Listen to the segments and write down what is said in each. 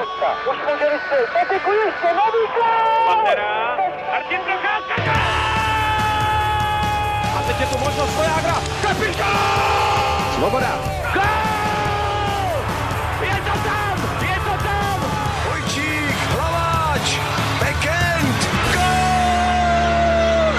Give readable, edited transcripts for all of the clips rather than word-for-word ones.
Procházka. Už může vystřelit. Peteku ještě, nový gól! Pantera, Martin Procházka, a teď je tu možnost Vojágra, kapitán! Svoboda! Gól! Je to tam! Je to tam! Vojčík, Hlaváč, Bekend, gól!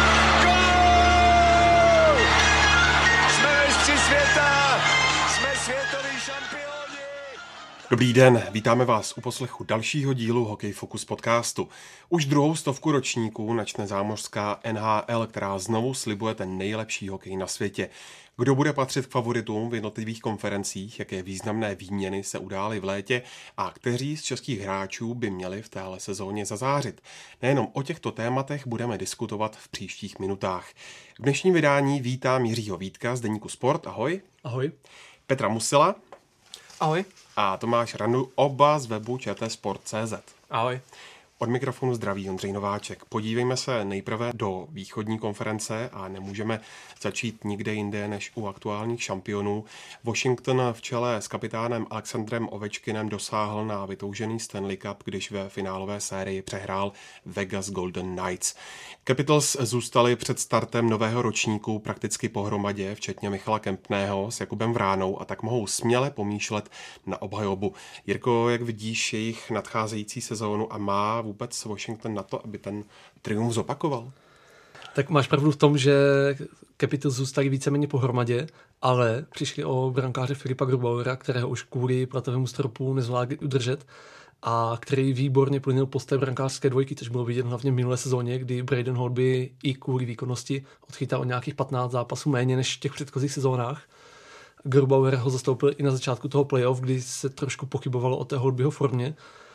Gól! Jsme mistři světa! Jsme světoví šampioni! Dobrý den, vítáme vás u poslechu dalšího dílu Hokej Focus podcastu. Už druhou 100 ročníků načne zámořská NHL, která znovu slibuje ten nejlepší hokej na světě. Kdo bude patřit k favoritům v jednotlivých konferencích, jaké významné výměny se udály v létě a kteří z českých hráčů by měli v téhle sezóně zazářit. Nejenom o těchto tématech budeme diskutovat v příštích minutách. V dnešním vydání vítám Jiřího Vítka z deníku Sport, ahoj. Ahoj. Petra Musila. Ahoj. A Tomáš Randu, oba z webu čtsport.cz. Ahoj. Od mikrofonu zdraví Ondřej Nováček. Podívejme se nejprve do východní konference a nemůžeme začít nikde jinde než u aktuálních šampionů. Washington v čele s kapitánem Alexandrem Ovečkinem dosáhl na vytoužený Stanley Cup, když ve finálové sérii přehrál Vegas Golden Knights. Capitals zůstali před startem nového ročníku prakticky pohromadě, včetně Michala Kempného s Jakubem Vránou, a tak mohou směle pomýšlet na obhajobu. Jirko, jak vidíš jejich nadcházející sezónu a má vůbec Washington na to, aby ten triumf zopakoval? Tak máš pravdu v tom, že Capitals zůstali víceméně pohromadě, ale přišli o brankáře Filipa Grubauera, kterého už kvůli platovému stropu nezvládli udržet a který výborně plnil post té brankářské dvojky, což bylo vidět hlavně v minulé sezóně, kdy Braden Holtby i kvůli výkonnosti odchytal o nějakých 15 zápasů méně než v těch předchozích sezónách. Grubauer ho zastoupil i na začátku toho playoff, kdy se trošku pochybovalo o té Holtbyho formě,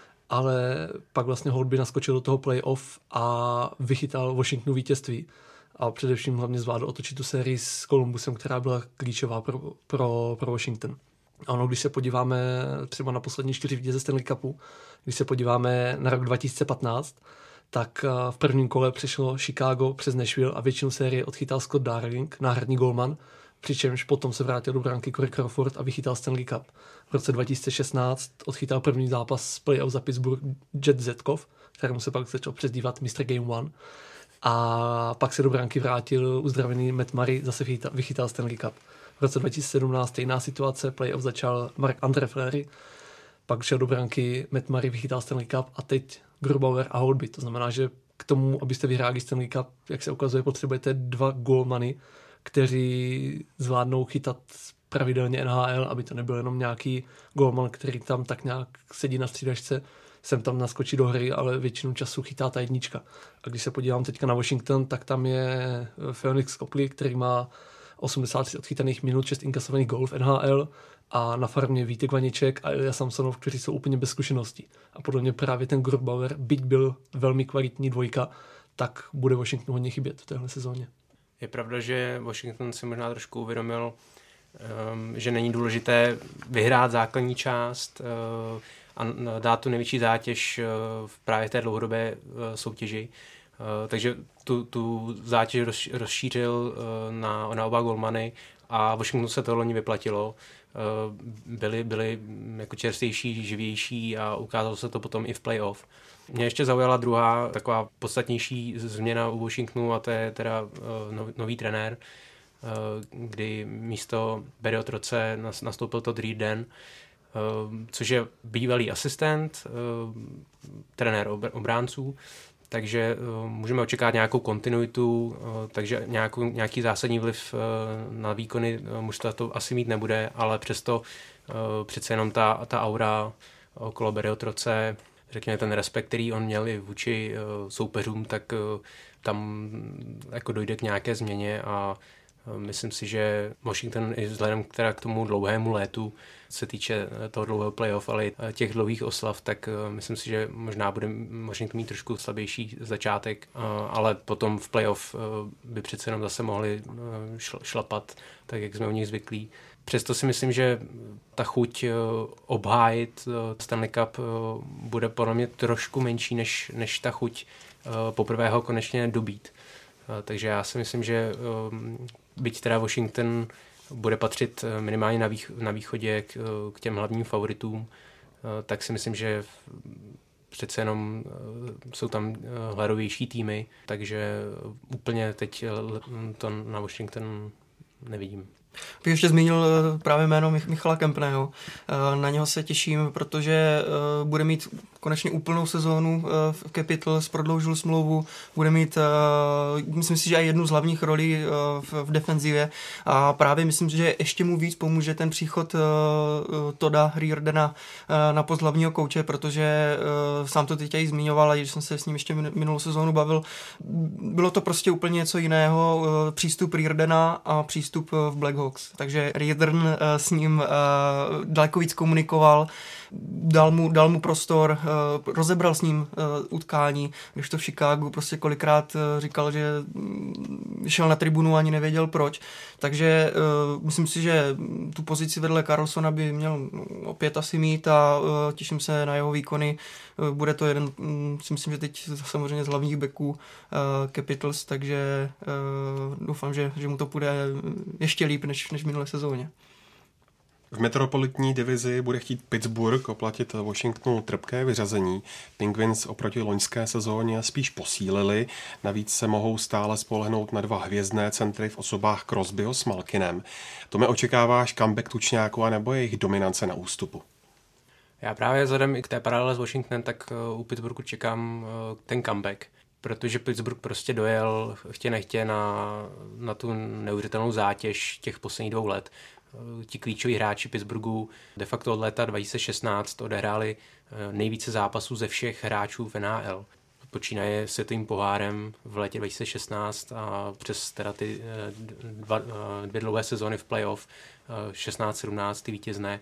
ale pak vlastně Holtby naskočil do toho playoff a vychytal Washingtonu vítězství. A především hlavně zvládl otočit tu sérii s Columbusem, která byla klíčová pro Washington. Ano, když se podíváme třeba na poslední 4 vítěze Stanley Cupu, když se podíváme na rok 2015, tak v prvním kole přišlo Chicago přes Nashville a většinu série odchytal Scott Darling, náhradní golman, přičemž potom se vrátil do branky Corey Crawford a vychytal Stanley Cup. V roce 2016 odchytal první zápas playoff za Pittsburgh Jet Zetkov, kterému se pak začal přezdívat Mr. Game One. A pak se do branky vrátil uzdravený Matt Murray, zase vychytal Stanley Cup. V roce 2017 stejná situace, playoff začal Marc-André Fleury, pak šel do branky Matt Murray, vychytal Stanley Cup a teď Grubauer a Holtby. To znamená, že k tomu, abyste vyhráli Stanley Cup, jak se ukazuje, potřebujete 2 golmany, kteří zvládnou chytat pravidelně NHL, aby to nebyl jenom nějaký golman, který tam tak nějak sedí na střídačce, sem tam naskočí do hry, ale většinu času chytá ta jednička. A když se podívám teďka na Washington, tak tam je Phoenix Copley, který má 83 odchytaných minut, 6 inkasovaných gólů v NHL a na farmě Vítek Vaněček a Ilja Samsonov, kteří jsou úplně bez zkušeností. A podle mě právě ten Grubauer, byť byl velmi kvalitní dvojka, tak bude Washington hodně chybět v téhle sezóně. Je pravda, že Washington si možná trošku uvědomil, že není důležité vyhrát základní část a dát tu největší zátěž v právě té dlouhodobé soutěži. Takže tu zátěž rozšířil na oba golmany a Washingtonu se to loni vyplatilo. Byli jako čerstvější, živější a ukázalo se to potom i v playoff. Mě ještě zaujala druhá taková podstatnější změna u Washingtonu a to je teda nový trenér, kdy místo Barryho Trotze nastoupil Todd Reirden, což je bývalý asistent, trenér obránců, takže můžeme očekávat nějakou kontinuitu, takže nějaký zásadní vliv na výkony mužstva to asi mít nebude, ale přesto přece jenom ta aura okolo Barryho Trotze, řekněme ten respekt, který on měl i vůči soupeřům, tak tam jako dojde k nějaké změně a myslím si, že Washington i vzhledem k tomu dlouhému létu, se týče toho dlouhého playoff, ale i těch dlouhých oslav, tak myslím si, že možná bude Washington mít trošku slabější začátek, ale potom v playoff by přece jenom zase mohli šlapat, tak jak jsme u nich zvyklí. Přesto si myslím, že ta chuť obhájit Stanley Cup bude podle mě trošku menší, než ta chuť poprvé ho konečně dobít. Takže já si myslím, že byť teda Washington bude patřit minimálně na východě k těm hlavním favoritům, tak si myslím, že přece jenom jsou tam hladovější týmy, takže úplně teď to na Washington nevidím. Bych ještě zmínil právě jméno Michala Kempného. Na něho se těším, protože bude mít konečně úplnou sezónu v Capitals, prodloužil smlouvu, bude mít, myslím si, že i jednu z hlavních rolí v defenzivě a právě myslím, že ještě mu víc pomůže ten příchod Toda Reardena na post hlavního kouče, protože sám to teď i zmiňoval, a když jsem se s ním ještě minulou sezónu bavil, bylo to prostě úplně něco jiného, přístup Reardena a přístup v Blackhawks. Takže Reardon s ním daleko víc komunikoval, dal mu prostor, rozebral s ním utkání, když to v Chicagu prostě kolikrát říkal, že šel na tribunu a ani nevěděl proč. Takže myslím si, že tu pozici vedle Karlssona by měl opět asi mít a těším se na jeho výkony. Bude to jeden, si myslím, že teď samozřejmě z hlavních backů Capitals, takže doufám, že mu to půjde ještě líp než v minulé sezóně. V metropolitní divizi bude chtít Pittsburgh oplatit Washingtonu trpké vyřazení. Penguins oproti loňské sezóně spíš posílili, navíc se mohou stále spolehnout na 2 hvězdné centry v osobách Crosbyho s Malkinem. Tome, očekáváš comeback tučňáků anebo jejich dominance na ústupu? Já právě vzhledem i k té paralele s Washingtonem, tak u Pittsburghu čekám ten comeback, protože Pittsburgh prostě dojel chtě nechtě na tu neuvěřitelnou zátěž těch posledních 2 let. Ti klíčoví hráči Pittsburghu de facto od léta 2016 odehráli nejvíce zápasů ze všech hráčů v NHL. Počínaje světovým pohárem v létě 2016 a přes teda ty 2 dlouhé sezóny v playoff 16-17, ty vítězné,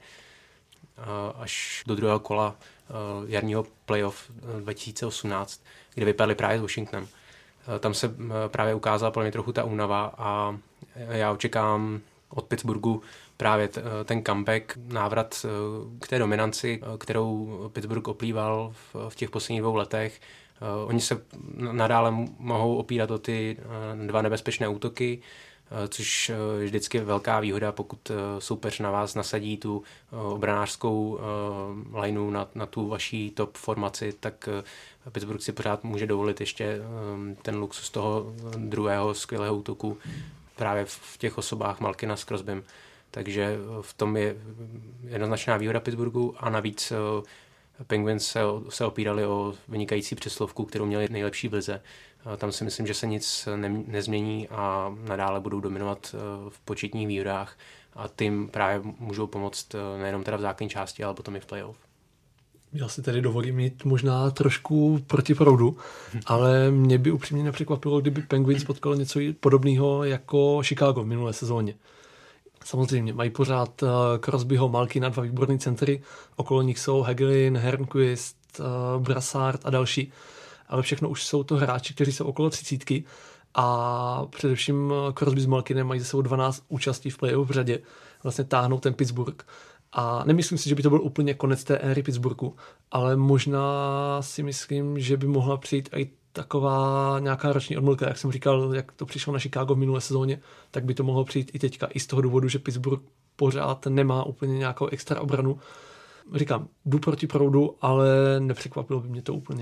až do druhého kola jarního playoff 2018, kde vypadli právě s Washingtonem. Tam se právě ukázala pro mě trochu ta únava a já očekávám od Pittsburghu právě ten comeback, návrat k té dominanci, kterou Pittsburgh oplýval v těch posledních 2 letech. Oni se nadále mohou opírat o ty 2 nebezpečné útoky, což je vždycky velká výhoda, pokud soupeř na vás nasadí tu obranářskou lineu na tu vaší top formaci, tak Pittsburgh si pořád může dovolit ještě ten luxus toho druhého skvělého útoku právě v těch osobách Malkina s Crosbym. Takže v tom je jednoznačná výhoda Pittsburghu a navíc Penguins se opírali o vynikající přeslovku, kterou měli nejlepší v lize. Tam si myslím, že se nic nezmění a nadále budou dominovat v početních výhodách a tím právě můžou pomoct nejenom teda v základní části, ale potom i v playoff. Já si tady dovolím mít možná trošku proti proudu, ale mě by upřímně nepřekvapilo, kdyby Penguins potkalo něco podobného jako Chicago v minulé sezóně. Samozřejmě, mají pořád Crosbyho, Malkina, 2 výborný centry, okolo nich jsou Hagelin, Hernquist, Brassard a další, ale všechno už jsou to hráči, kteří jsou okolo 30 a především Crosby s Malkinem mají za sebou 12 účastí v playoff v řadě, vlastně táhnou ten Pittsburgh. A nemyslím si, že by to byl úplně konec té éry Pittsburghu, ale možná si myslím, že by mohla přijít i taková nějaká roční odmlka, jak jsem říkal, jak to přišlo na Chicago v minulé sezóně, tak by to mohlo přijít i teďka, i z toho důvodu, že Pittsburgh pořád nemá úplně nějakou extra obranu. Říkám, jdu proti proudu, ale nepřekvapilo by mě to úplně.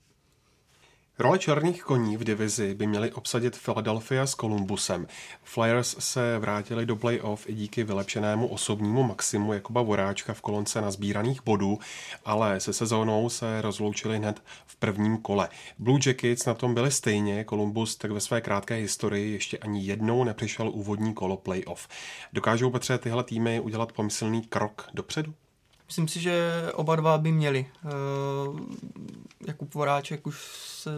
Role černých koní v divizi by měli obsadit Philadelphia s Columbusem. Flyers se vrátili do playoff i díky vylepšenému osobnímu maximu Jakuba Voráčka v kolonce nazbíraných bodů, ale se sezónou se rozloučili hned v prvním kole. Blue Jackets na tom byli stejně, Columbus tak ve své krátké historii ještě ani jednou nepřišel úvodní kolo playoff. Dokážou, Petře, tyhle týmy udělat pomyslný krok dopředu? Myslím si, že oba 2 by měli. Jakub Voráček už se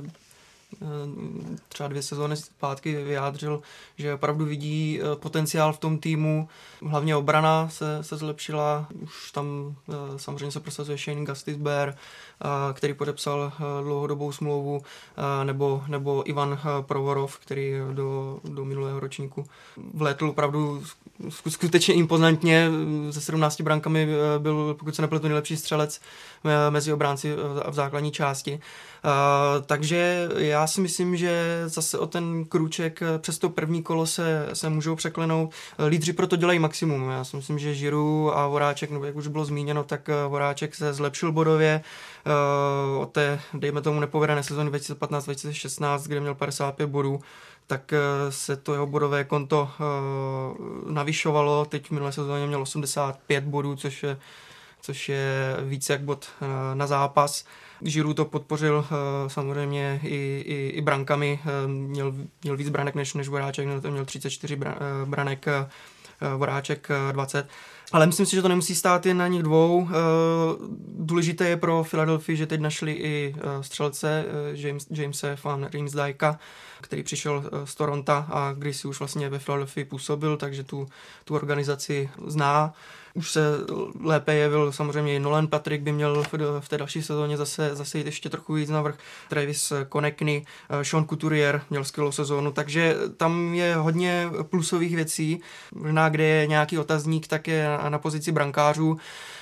třeba 2 sezóny zpátky vyjádřil, že opravdu vidí potenciál v tom týmu. Hlavně obrana se zlepšila. Už tam samozřejmě se prosazuje Shane Gostisbehere, který podepsal dlouhodobou smlouvu, nebo Ivan Provorov, který do minulého ročníku vlétl opravdu skutečně impozantně. Se 17 brankami byl, pokud se nepletu, nejlepší střelec mezi obránci v základní části. Takže já já si myslím, že zase o ten krůček přes to první kolo se můžou překlenout. Lídři proto dělají maximum. Já si myslím, že Giroud a Voráček, nebo jak už bylo zmíněno, tak Voráček se zlepšil bodově od té, dejme tomu, nepovedené sezóny 2015-2016, kde měl 55 bodů, tak se to jeho bodové konto navyšovalo. Teď v minulé sezóně měl 85 bodů, což je více jak bod na zápas. Giroud to podpořil samozřejmě i brankami, měl víc branek než Voráček, měl 34 branek, Voráček 20. Ale myslím si, že to nemusí stát jen na nich dvou. Důležité je pro Philadelphii, že teď našli i střelce Jamese van Riemsdijka, který přišel z Toronto a když si už vlastně ve Philadelphii působil, takže tu organizaci zná. Už se lépe jevil samozřejmě i Nolan Patrick, by měl v té další sezóně zase jít ještě trochu víc navrch. Travis Konechny, Sean Couturier měl skvělou sezónu, takže tam je hodně plusových věcí. Možná, kde je nějaký otazník, tak je na pozici brankářů,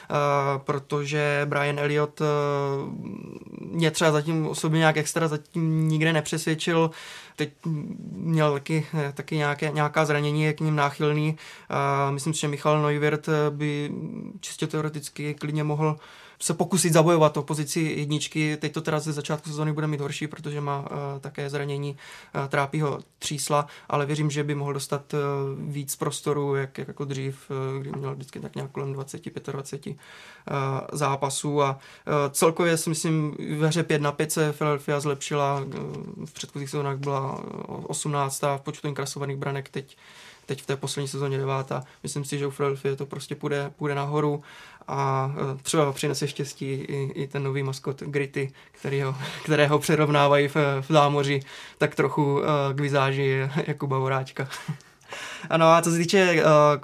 protože Brian Elliott mě třeba zatím osobně nějak extra zatím nikde nepřesvědčil. Teď měl taky nějaká zranění, je k ním náchylný. Myslím si, že Michal Neuwirth by čistě teoreticky klidně mohl se pokusit zabojovat o pozici jedničky. Teď to teda ze začátku sezóny bude mít horší, protože má také zranění, trápí ho třísla, ale věřím, že by mohl dostat víc prostoru, jak jako dřív, kdy měl vždycky tak nějak kolem 20-25 zápasů a celkově si myslím, ve hře 5-5 se Philadelphia zlepšila. V předchozích sezónách byla 18. v počtu inkasovaných branek, teď v té poslední sezóně 9. Myslím si, že u Philadelphia to prostě půjde nahoru a třeba přinese štěstí i ten nový maskot Gritty, kterého přerovnávají v zámoří tak trochu k vizáži Jakuba Voráčka. Ano, a co se týče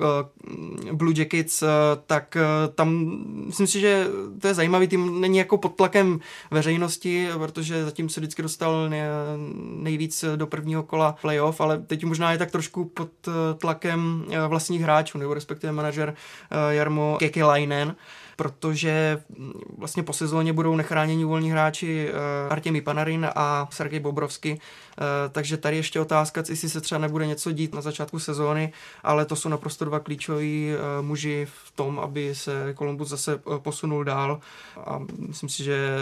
Blue Jackets, tak tam myslím si, že to je zajímavý tým, není jako pod tlakem veřejnosti, protože zatím se vždycky dostal nejvíc do prvního kola playoff, ale teď možná je tak trošku pod tlakem vlastních hráčů, nebo respektive manažer Jarmo Kekelainen, protože vlastně po sezóně budou nechráněni volní hráči Artemi Panarin a Sergej Bobrovsky, takže tady ještě otázka, jestli se třeba nebude něco dít na začátku sezóny, ale to jsou naprosto dva klíčoví muži v tom, aby se Columbus zase posunul dál a myslím si, že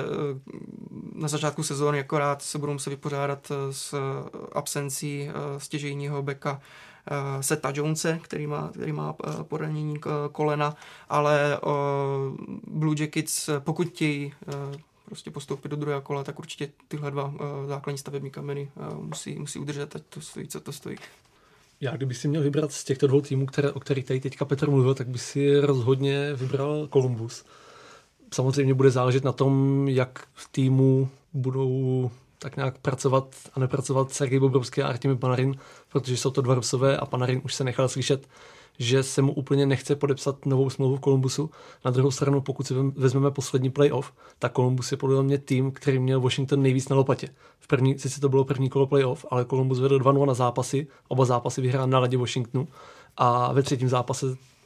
na začátku sezóny akorát se budou muset vypořádat s absencí stěžejního beka Seta Jonese, který má poranění kolena, ale Blue Jackets, pokud chtějí prostě postoupit do druhého kola, tak určitě tyhle dva základní stavební kameny musí udržet, ať to stojí, co to stojí. Já kdyby si měl vybrat z těchto dvou týmů, o kterých tady teďka Petr mluvil, tak by si rozhodně vybral Columbus. Samozřejmě bude záležet na tom, jak v týmu budou tak nějak pracovat a nepracovat Sergej Bobrovský a Artemi Panarin, protože jsou to dva Rusové a Panarin už se nechal slyšet, že se mu úplně nechce podepsat novou smlouvu v Columbusu. Na druhou stranu, pokud si vezmeme poslední playoff, tak Columbus je podle mě tým, který měl Washington nejvíc na lopatě. Sice to bylo první kolo playoff, ale Columbus vedl 2-0 na zápasy, oba zápasy vyhrál na ledě Washingtonu a ve třetím zápase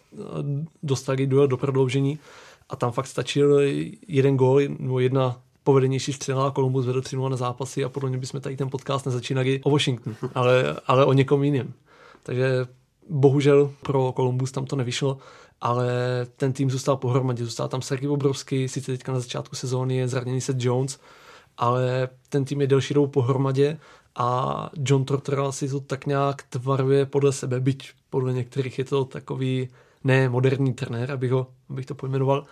dostali duel do prodloužení a tam fakt stačil jeden gól nebo jedna povedenější střela a Columbus vedl 3-0 na zápasy a podle mě bychom tady ten podcast nezačínali o Washingtonu, ale o někom jiném. Takže bohužel pro Columbus tam to nevyšlo, ale ten tým zůstal pohromadě, zůstal tam Sergej Bobrovský, sice teďka na začátku sezóny je zraněný Seth Jones, ale ten tým je delší dobu pohromadě a John Tortorella si to tak nějak tvaruje podle sebe, byť podle některých je to takový ne moderní trenér, abych to pojmenoval,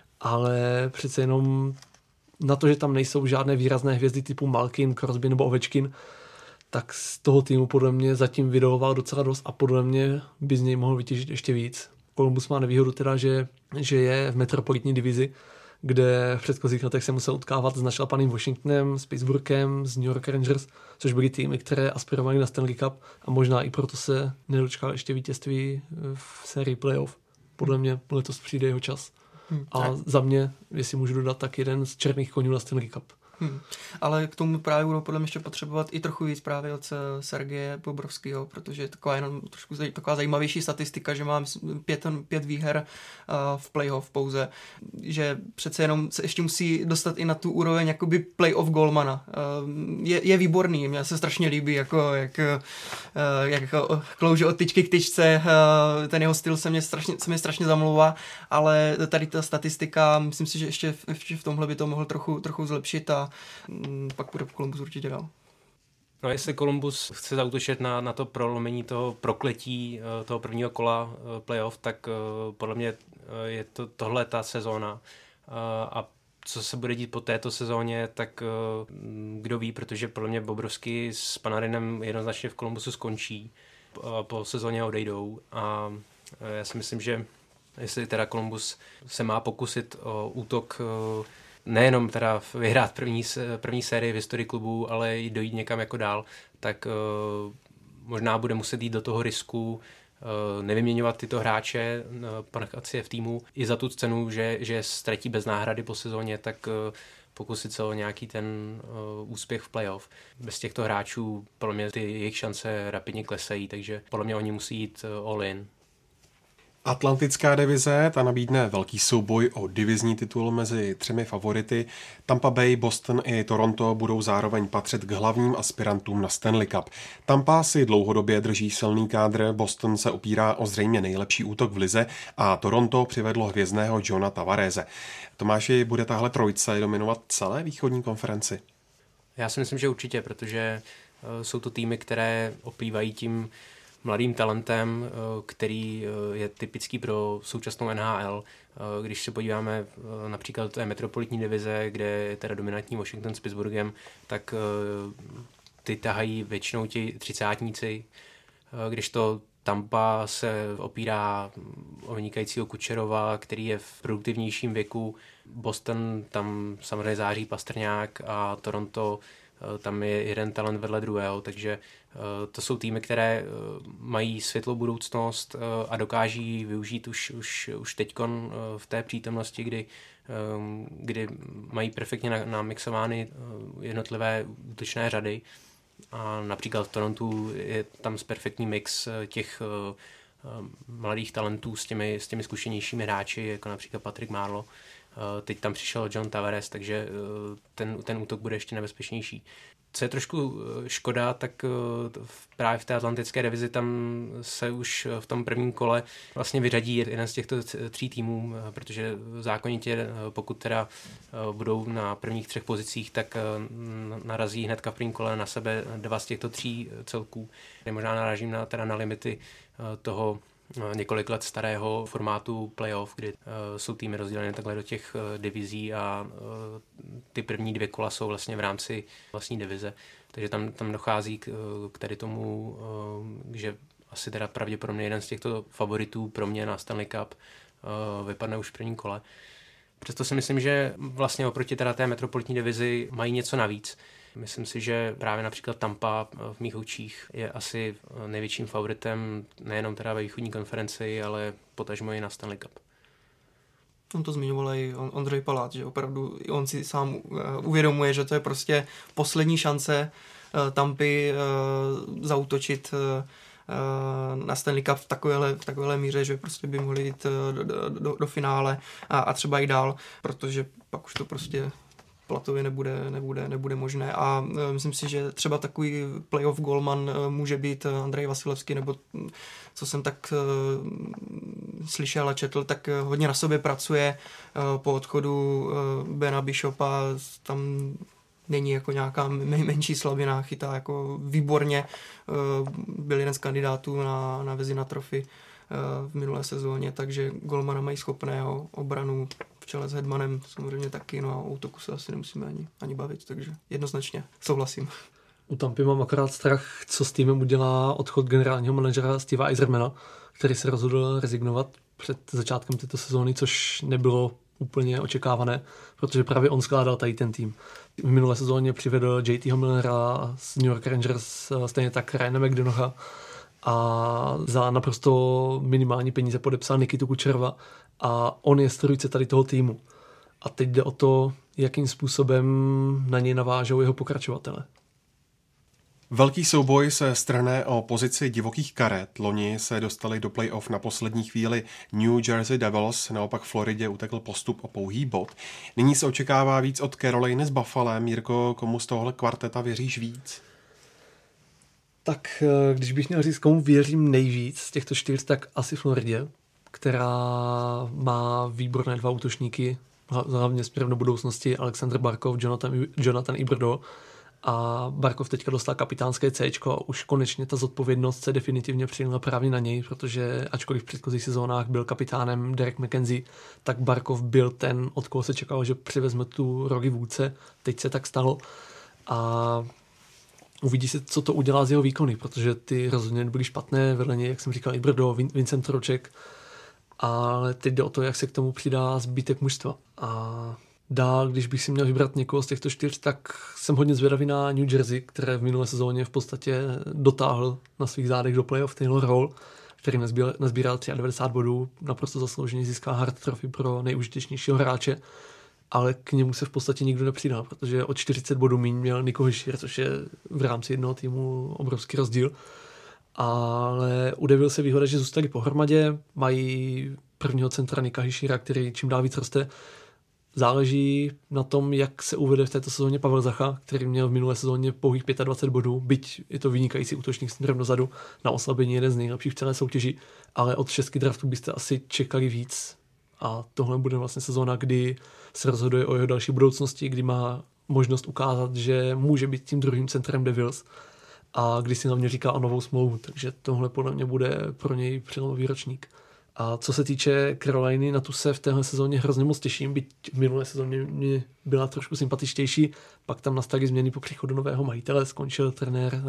ale přece jenom na to, že tam nejsou žádné výrazné hvězdy typu Malkin, Crosby nebo Ovečkin, tak z toho týmu podle mě zatím vydoloval docela dost a podle mě by z něj mohl vytěžit ještě víc. Columbus má nevýhodu teda, že je v metropolitní divizi, kde v předchozích letech se musel utkávat s našlapaným Washingtonem, s Pittsburghem, s New York Rangers, což byly týmy, které aspirovaly na Stanley Cup a možná i proto se nedočkal ještě vítězství v sérii playoff. Podle mě letos přijde jeho čas. A za mě, jestli můžu dodat, tak jeden z černých konňů na Stanley Cup. Ale k tomu právě budou podle mě ještě potřebovat i trochu víc právě od Sergeje Bobrovského, protože taková jenom trošku taková zajímavější statistika, že mám 5 výher v playoff pouze, že přece jenom se ještě musí dostat i na tu úroveň jakoby playoff golmana. Je výborný, mně se strašně líbí, jako jak klouže od tyčky k tyčce, ten jeho styl se mě strašně zamlouvá, ale tady ta statistika, myslím si, že ještě v tomhle by to mohl trochu zlepšit a pak bude Columbus určitě dál. No, jestli Columbus chce zaútočit na to prolomení toho prokletí toho prvního kola playoff, tak podle mě je tohle ta sezóna. A co se bude dít po této sezóně, tak kdo ví, protože podle mě Bobrovský s Panarinem jednoznačně v Columbusu skončí. Po sezóně odejdou a já si myslím, že jestli teda Columbus se má pokusit o útok nejenom teda vyhrát první sérii v historii klubu, ale i dojít někam jako dál, tak možná bude muset jít do toho risku, nevyměňovat tyto hráče, ponechat si je v týmu i za tu cenu, že ztratí bez náhrady po sezóně, tak pokusit se o nějaký ten úspěch v playoff. Bez těchto hráčů podle mě ty jejich šance rapidně klesají, takže podle mě oni musí jít all in. Atlantická divize, ta nabídne velký souboj o divizní titul mezi 3 favority. Tampa Bay, Boston i Toronto budou zároveň patřit k hlavním aspirantům na Stanley Cup. Tampa si dlouhodobě drží silný kádr, Boston se opírá o zřejmě nejlepší útok v lize a Toronto přivedlo hvězdného Johna Tavarese. Tomáši, bude tahle trojice dominovat celé východní konferenci? Já si myslím, že určitě, protože jsou to týmy, které oplývají tím mladým talentem, který je typický pro současnou NHL. Když se podíváme například té metropolitní divize, kde je teda dominantní Washington s Pittsburghem, tak ty tahají většinou ti třicátníci, když to Tampa se opírá o vynikajícího Kučerova, který je v produktivnějším věku. Boston, tam samozřejmě září Pastrňák a Toronto, tam je jeden talent vedle druhého, takže to jsou týmy, které mají světlou budoucnost a dokáží využít už teďkon v té přítomnosti, kdy mají perfektně namixovány jednotlivé útočné řady. A například v Torontu je tam perfektní mix těch mladých talentů s těmi zkušenějšími hráči, jako například Patrick Marleau. Teď tam přišel John Tavares, takže ten útok bude ještě nebezpečnější. Co je trošku škoda, tak právě v té atlantické divizi tam se už v tom prvním kole vlastně vyřadí jeden z těchto 3 týmů, protože zákonitě, pokud teda budou na prvních 3 pozicích, tak narazí hnedka v prvním kole na sebe 2 z těchto 3 celků. Možná narážím na limity toho několik let starého formátu playoff, kdy jsou týmy rozděleny takhle do těch divizí a ty první 2 kola jsou vlastně v rámci vlastní divize. Takže tam dochází k tady tomu, že asi teda pravděpodobně jeden z těchto favoritů pro mě na Stanley Cup vypadne už v prvním kole. Přesto si myslím, že vlastně oproti teda té metropolitní divizi mají něco navíc. Myslím si, že právě například Tampa v mých očích je asi největším favoritem nejenom teda ve východní konferenci, ale potažmo i na Stanley Cup. On to zmiňoval i Ondřej Palác, že opravdu on si sám uvědomuje, že to je prostě poslední šance Tampy zaútočit na Stanley Cup v takovéhle míře, že prostě by mohli jít do finále a třeba i dál, protože pak už to prostě platově nebude možné a myslím si, že třeba takový playoff goalman může být Andrej Vasilevský, nebo co jsem tak slyšel a četl, tak hodně na sobě pracuje po odchodu Bena Bishopa, tam není jako nějaká menší slabina, chytá jako výborně, byl jeden z kandidátů na Vezina Trophy v minulé sezóně, takže golmana mají schopného, obranu v čele s Hedmanem samozřejmě taky, no a o útoku se asi nemusíme ani bavit, takže jednoznačně souhlasím. U Tampy mám akorát strach, co s týmem udělá odchod generálního manažera Steva Yzermana, který se rozhodl rezignovat před začátkem této sezóny, což nebylo úplně očekávané, protože právě on skládal tady ten tým. V minulé sezóně přivedl JTho Millera z New York Rangers, stejně tak Ryana McDonougha a za naprosto minimální peníze podepsal Nikitu Kučerova a on je strůjce tady toho týmu. A teď jde o to, jakým způsobem na něj navážou jeho pokračovatele. Velký souboj se strhne o pozici divokých karet. Loni se dostali do playoff na poslední chvíli New Jersey Devils, naopak Floridě utekl postup o pouhý bod. Nyní se očekává víc od Caroliny s Buffalem. Jirko, komu z tohohle kvarteta věříš víc? Tak když bych měl říct, komu věřím nejvíc z těchto 4, tak asi Floridě, která má výborné 2 útočníky, hlavně směrem do budoucnosti, Alexander Barkov, Jonathan Huberdeau. A Barkov teďka dostal kapitánské C-čko a už konečně ta zodpovědnost se definitivně přijela právě na něj, protože ačkoliv v předchozích sezónách byl kapitánem Derek McKenzie, tak Barkov byl ten, od koho se čekalo, že převezme tu roli vůdce. Teď se tak stalo a uvidí se, co to udělá z jeho výkony, protože ty rozhodně nebyly špatné, vedle něj, jak jsem říkal, Huberdeau, Vincent Trocheck, ale teď jde o to, jak se k tomu přidá zbytek mužstva. A dál, když bych si měl vybrat někoho z těchto 4, tak jsem hodně zvědavý na New Jersey, které v minulé sezóně v podstatě dotáhl na svých zádech do playoff Taylor Hall, který nazbíral 93 bodů, naprosto zaslouženě získal Hart Trophy pro nejužitečnějšího hráče, ale k němu se v podstatě nikdo nepřidal, protože od 40 bodů míň měl Nico Hischier, což je v rámci jednoho týmu obrovský rozdíl. Ale u Devils se výhoda, že zůstali pohromadě, mají prvního centra Nicka Hischiera, který čím dál víc roste. Záleží na tom, jak se uvede v této sezóně Pavel Zacha, který měl v minulé sezóně pouhých 25 bodů, byť je to vynikající útočník směrem dozadu, na oslabení jeden z nejlepších v celé soutěži, ale od 6 draftů byste asi čekali víc. A tohle bude vlastně sezóna, kdy se rozhoduje o jeho další budoucnosti, kdy má možnost ukázat, že může být tím druhým centrem Devils a kdy si hlavně říká o novou smlouvu, takže tohle podle mě bude pro něj přelomový ročník. A co se týče Caroliny, na tu se v téhle sezóně hrozně moc těším, byť v minulé sezóně mě byla trošku sympatičtější, pak tam nastaly změny po příchodu nového majitele, skončil trenér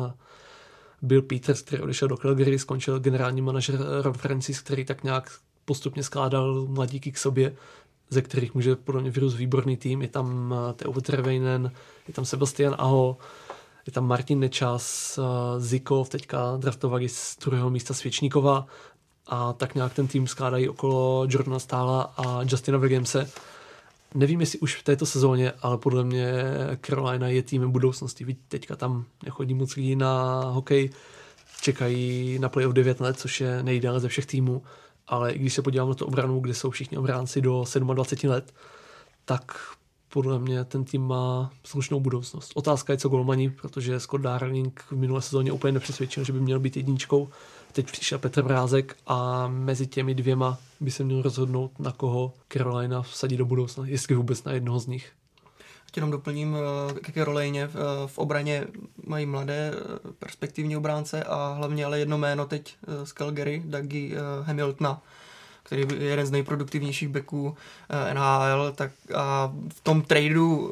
Bill Peters, který odešel do Calgary, skončil generální manažer Ron Francis, který tak nějak postupně skládal mladíky k sobě, ze kterých může podle mě vyrůst výborný tým. Je tam Teuvo Teravainen, je tam Sebastian Aho, je tam Martin Nečas, Zikov, teďka draftovali z druhého místa Svěčníkova a tak nějak ten tým skládají okolo Jordana Stahla a Justina Williamse. Nevím, jestli už v této sezóně, ale podle mě Carolina je týmem budoucnosti. Víte, teďka tam nechodí moc lidí na hokej, čekají na playoff 9 let, což je nejdéle ze všech týmů, ale i když se podívám na tu obranu, kde jsou všichni obránci do 27 let, tak podle mě ten tým má slušnou budoucnost. Otázka je, co golmani, protože Scott Darling v minulé sezóně úplně nepřesvědčil, že by měl být jedničkou. Teď přišel Petr Vrázek a mezi těmi dvěma by se měl rozhodnout, na koho Carolina vsadí do budoucna, jestli vůbec na jednoho z nich. Jenom doplním ke Carolině. V obraně mají mladé perspektivní obránce a hlavně ale jedno jméno teď z Calgary, Dougie Hamiltona, který je jeden z nejproduktivnějších backů NHL, tak a v tom tradu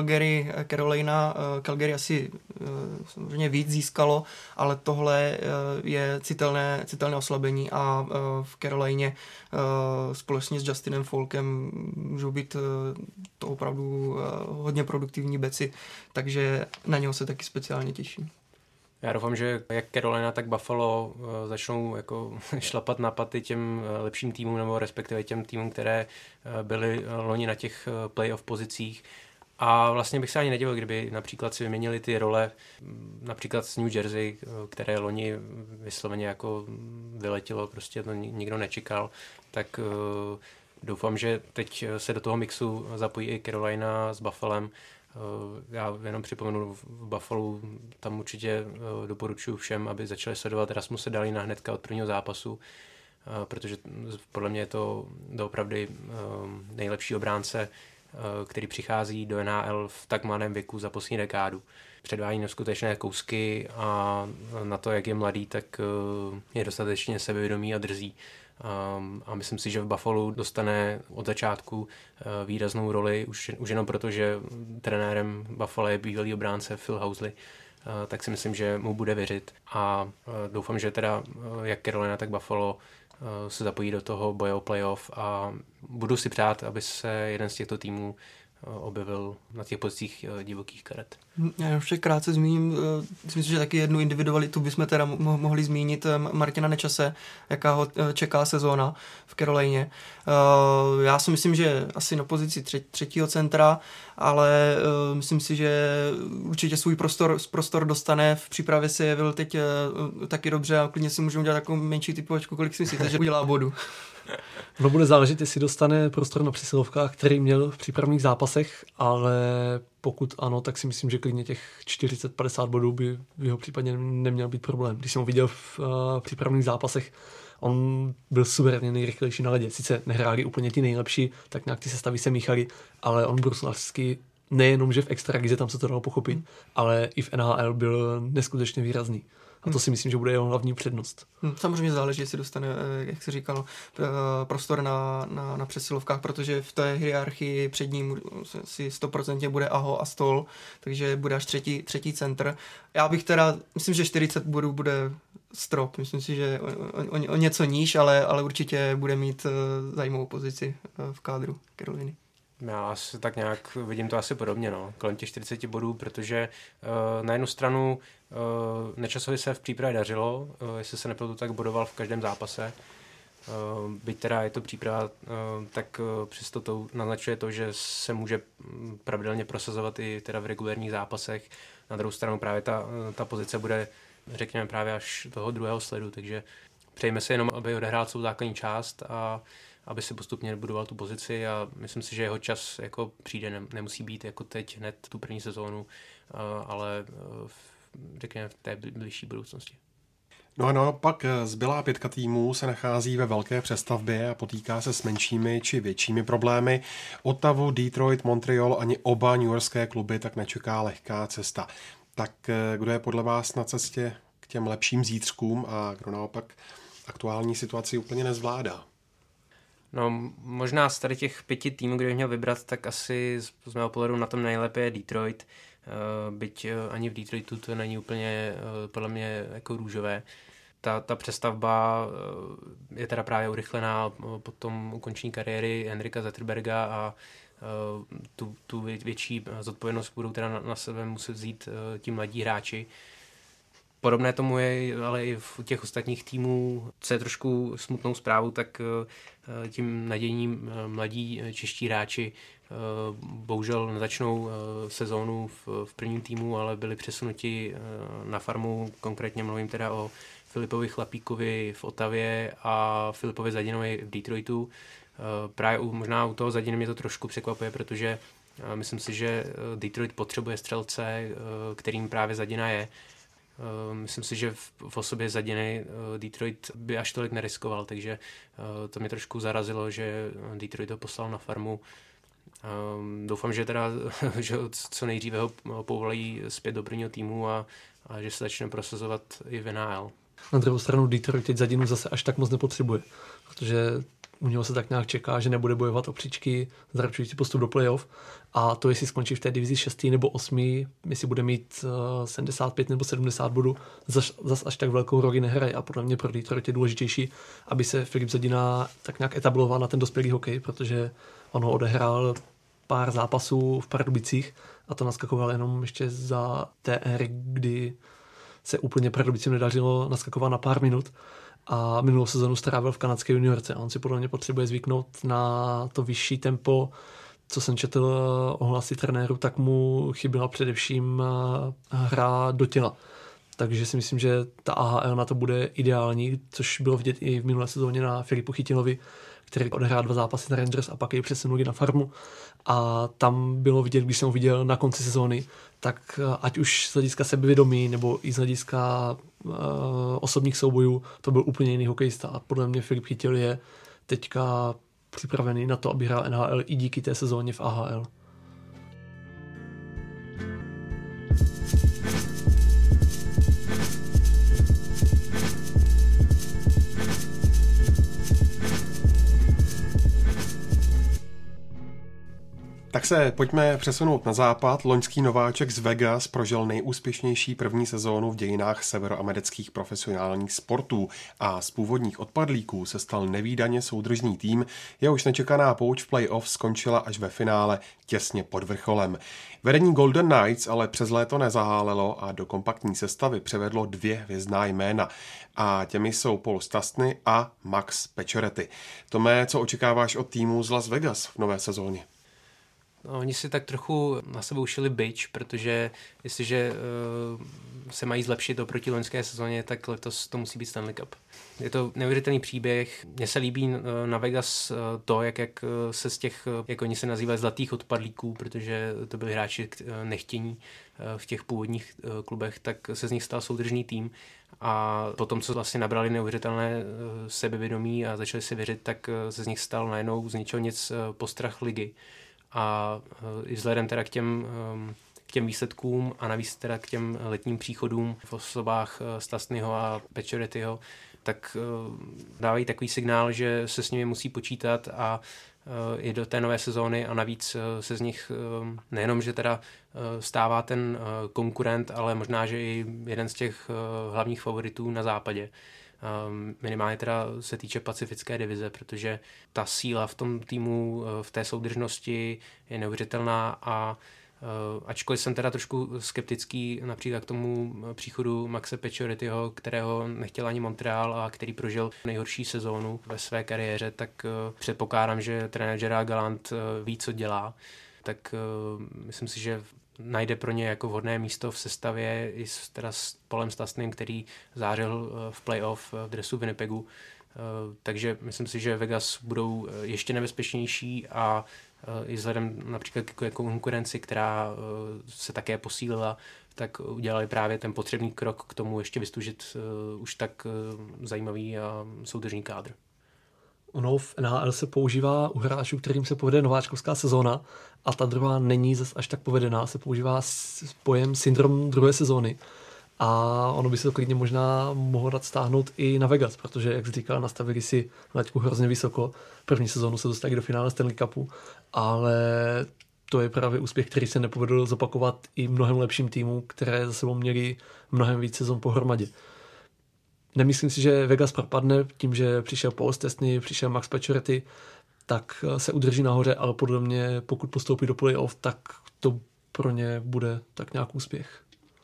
Carolina asi samozřejmě víc získalo, ale tohle je citelné oslabení a v Carolině společně s Justinem Folkem můžou být to opravdu hodně produktivní beci, takže na něho se taky speciálně těším. Já doufám, že jak Carolina, tak Buffalo začnou jako šlapat na paty těm lepším týmům, nebo respektive těm týmům, které byly loni na těch playoff pozicích. A vlastně bych se ani nedivil, kdyby například si vyměnili ty role, například z New Jersey, které loni vysloveně jako vyletělo, prostě to nikdo nečekal, tak doufám, že teď se do toho mixu zapojí i Carolina s Buffalem. Já jenom připomenu, v Buffalo tam určitě doporučuji všem, aby začali sledovat Rasmuse Dahlina hnedka od prvního zápasu, protože podle mě je to doopravdy nejlepší obránce, který přichází do NHL v tak mladém věku za poslední dekádu. Předvádí neskutečné kousky a na to, jak je mladý, tak je dostatečně sebevědomý a drzý. A myslím si, že v Buffalo dostane od začátku výraznou roli, už jenom proto, že trenérem Buffalo je bývalý obránce Phil Housley, tak si myslím, že mu bude věřit. A doufám, že teda jak Carolina, tak Buffalo se zapojí do toho boje o playoff a budu si přát, aby se jeden z těchto týmů objevil na těch pozicích divokých karet. Já ještě krátce zmíním, myslím, že taky jednu individualitu bychom teda mohli zmínit, Martina Nečase, jaká ho čeká sezóna v Carolině. Já si myslím, že asi na pozici třetího centra, ale myslím si, že určitě svůj prostor dostane. V přípravě se jevil teď taky dobře a klidně si můžeme dělat takovou menší typovačku, kolik si myslíte, že udělá bodu. No bude záležet, jestli dostane prostor na přesilovkách, který měl v přípravných zápasech, ale pokud ano, tak si myslím, že klidně těch 40-50 bodů by v jeho případě neměl být problém. Když jsem ho viděl v přípravných zápasech, on byl suverénně nejrychlejší na ledě. Sice nehráli úplně ti nejlepší, tak nějak ty sestavy se míchali, ale on bruslařsky nejenom, že v extralize tam se to dalo pochopit, ale i v NHL byl neskutečně výrazný. A to si myslím, že bude jeho hlavní přednost. Samozřejmě záleží, jestli dostane, jak se říkalo, prostor na přesilovkách, protože v té hierarchii před ním si 100% bude Aho a Stoll, takže bude až třetí centr. Já bych teda, myslím, že 40 bodů bude strop. Myslím si, že o něco níž, ale určitě bude mít zajímavou pozici v kádru Caroliny. Já asi tak nějak vidím to asi podobně, no. Kolem těch 40 bodů, protože na jednu stranu Nečasovi se v přípravě dařilo, jestli se nepletu, tak bodoval v každém zápase. Byť teda je to příprava, tak přesto to naznačuje to, že se může pravidelně prosazovat i teda v regulérních zápasech. Na druhou stranu právě ta pozice bude, řekněme, právě až toho druhého sledu, takže přejme se jenom, aby odehrál celou základní část a aby si postupně budoval tu pozici a myslím si, že jeho čas jako přijde, nemusí být jako teď hned tu první sezónu, ale řekněme v té blížší budoucnosti. No a naopak zbylá 5 týmů se nachází ve velké přestavbě a potýká se s menšími či většími problémy. Ottawu, Detroit, Montreal ani oba newyorské kluby tak nečeká lehká cesta. Tak kdo je podle vás na cestě k těm lepším zítřkům a kdo naopak aktuální situaci úplně nezvládá? No, možná z tady těch 5 týmů, kde bych měl vybrat, tak asi z mého pohledu na tom nejlépe je Detroit. Byť ani v Detroitu to není úplně podle mě jako růžové. Ta přestavba je teda právě urychlená po tom ukončení kariéry Henrika Zetterberga a tu větší zodpovědnost budou teda na sebe muset vzít ti mladí hráči. Podobné tomu je ale i v těch ostatních týmů, co je trošku smutnou zprávou, tak tím nadějním mladí čeští hráči bohužel nezačnou sezónu v prvním týmu, ale byli přesunuti na farmu, konkrétně mluvím teda o Filipovi Chlapíkovi v Ottawě a Filipovi Zadinovi v Detroitu. Právě možná u toho Zadiny mě to trošku překvapuje, protože myslím si, že Detroit potřebuje střelce, kterým právě Zadina je. Myslím si, že v osobě Zadiny Detroit by až tolik neriskoval, takže to mě trošku zarazilo, že Detroit ho poslal na farmu. Doufám, že teda že co nejdříve ho povolají zpět do prvního týmu a že se začne prosazovat i v NHL. Na druhou stranu Detroit teď Zadinu zase až tak moc nepotřebuje, protože u něho se tak nějak čeká, že nebude bojovat o příčky, zaručující postup do playoff a to, jestli skončí v té divizi 6. nebo 8., jestli bude mít 75 nebo 70 bodů, zas až tak velkou roli nehraje a podle mě pro Detroit je důležitější, aby se Filip Zadina tak nějak etabloval na ten dospělý hokej, protože on ho odehrál pár zápasů v Pardubicích a to naskakoval jenom ještě za té éry, kdy se úplně Pardubicím nedařilo naskakovat na pár minut a minulou sezonu strávil v kanadské juniorce a on si podle mě potřebuje zvyknout na to vyšší tempo. Co jsem četl ohlasy trenéru, tak mu chyběla především hra do těla. Takže si myslím, že ta AHL na to bude ideální, což bylo vidět i v minulé sezóně na Filipu Chytilovi, který odehrál 2 zápasy na Rangers a pak jej přesunuli na farmu. A tam bylo vidět, když jsem ho viděl na konci sezóny, tak ať už z hlediska sebevědomí nebo i z hlediska osobních soubojů, to byl úplně jiný hokejista. A podle mě Filip Chytil je teďka připravený na to, aby hrál NHL i díky té sezóně v AHL. Tak se pojďme přesunout na západ. Loňský nováček z Vegas prožil nejúspěšnější první sezónu v dějinách severoamerických profesionálních sportů a z původních odpadlíků se stal nevídaně soudržný tým, jehož nečekaná pouč v playoff skončila až ve finále těsně pod vrcholem. Vedení Golden Knights ale přes léto nezahálelo a do kompaktní sestavy převedlo 2 hvězdná jména. A těmi jsou Paul Stastny a Max Pacioretty. Tome, co očekáváš od týmu z Las Vegas v nové sezóně? No, oni si tak trochu na sebe ušili bič, protože jestliže se mají zlepšit oproti loňské sezóně, tak letos to musí být Stanley Cup. Je to neuvěřitelný příběh. Mně se líbí na Vegas to, jak se z těch, jak oni se nazývají, zlatých odpadlíků, protože to byli hráči nechtění v těch původních klubech, tak se z nich stal soudržný tým. A potom, co vlastně nabrali neuvěřitelné sebevědomí a začali si věřit, tak se z nich stal najednou z ničeho nic postrach ligy. A i vzhledem teda k těm výsledkům a navíc teda k těm letním příchodům v osobách Stastnyho a Paciorettyho, tak dávají takový signál, že se s nimi musí počítat a i do té nové sezóny a navíc se z nich nejenom, že teda stává ten konkurent, ale možná, že i jeden z těch hlavních favoritů na západě. Minimálně teda se týče pacifické divize, protože ta síla v tom týmu, v té soudržnosti je neuvěřitelná a ačkoliv jsem teda trošku skeptický například k tomu příchodu Maxe Paciorettyho, kterého nechtěl ani Montreal a který prožil nejhorší sezónu ve své kariéře, tak předpokládám, že trenér Gerard Gallant ví, co dělá, tak myslím si, že najde pro ně jako vhodné místo v sestavě i teda s Paulem Stastnym, který zářil v playoff v dresu Winnipegu. Takže myslím si, že Vegas budou ještě nebezpečnější a i vzhledem například k konkurenci, která se také posílila, tak udělali právě ten potřebný krok k tomu ještě vystužit už tak zajímavý a soudržný kádr. Ono v NHL se používá u hráčů, kterým se povede nováčkovská sezóna a ta druhá není zase až tak povedená. Se používá pojem syndrom druhé sezóny. A ono by se to klidně možná mohlo dát stáhnout i na Vegas, protože, jak jsi říkal, nastavili si laťku hrozně vysoko. První sezónu se dostali do finále Stanley Cupu, ale to je právě úspěch, který se nepovedl zopakovat i mnohem lepším týmům, které za sebou měli mnohem víc sezon pohromadě. Nemyslím si, že Vegas propadne tím, že přišel Paul Stastny, přišel Max Pacioretty, tak se udrží nahoře, ale podle mě, pokud postoupí do playoff, tak to pro ně bude tak nějak úspěch.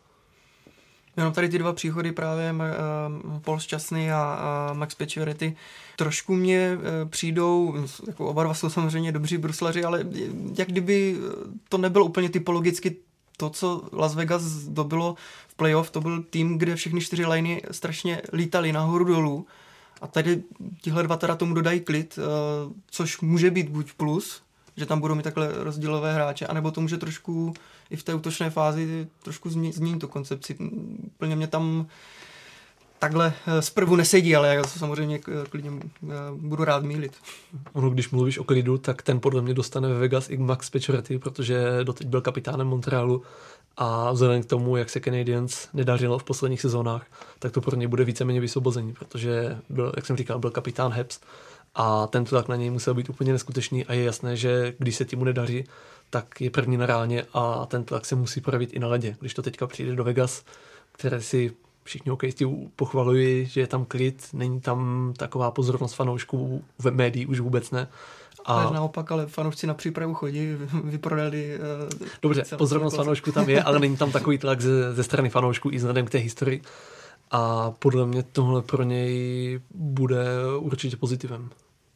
Jenom tady ty 2 příchody právě Paul Stastny a Max Pacioretty trošku mě přijdou, jako oba dva jsou samozřejmě dobří bruslaři, ale jak kdyby to nebylo úplně typologicky to, co Las Vegas dobilo v playoff, to byl tým, kde všechny 4 liney strašně lítali nahoru dolů a tady tihle 2 teda tomu dodají klid, což může být buď plus, že tam budou mít takhle rozdílové hráče, anebo to může trošku i v té útočné fázi trošku změnit tu koncepci. Úplně mě tam takhle zprvu nesedí, ale já to samozřejmě klidně budu rád mýlit. Ono, když mluvíš o klidu, tak ten podle mě dostane ve Vegas i Max Pacioretty, protože doteď byl kapitánem Montrealu a vzhledem k tomu, jak se Canadiens nedařilo v posledních sezónách, tak to pro něj bude víceméně vysvobození, protože byl, jak jsem říkal, byl kapitán Habs a tento tlak na něj musel být úplně neskutečný a je jasné, že když se týmu nedaří, tak je první na ráně a ten tlak se musí projevit i na ledě. Když to teďka přijde do Vegas, které si všichni hokejisti pochvalují, že je tam klid, není tam taková pozornost fanoušků v médií, už vůbec ne. A naopak, ale fanoušci na přípravu chodí, vyprodali... Dobře, pozornost fanoušků tam je, ale není tam takový tlak ze strany fanoušků i vzhledem k té historii. A podle mě tohle pro něj bude určitě pozitivem.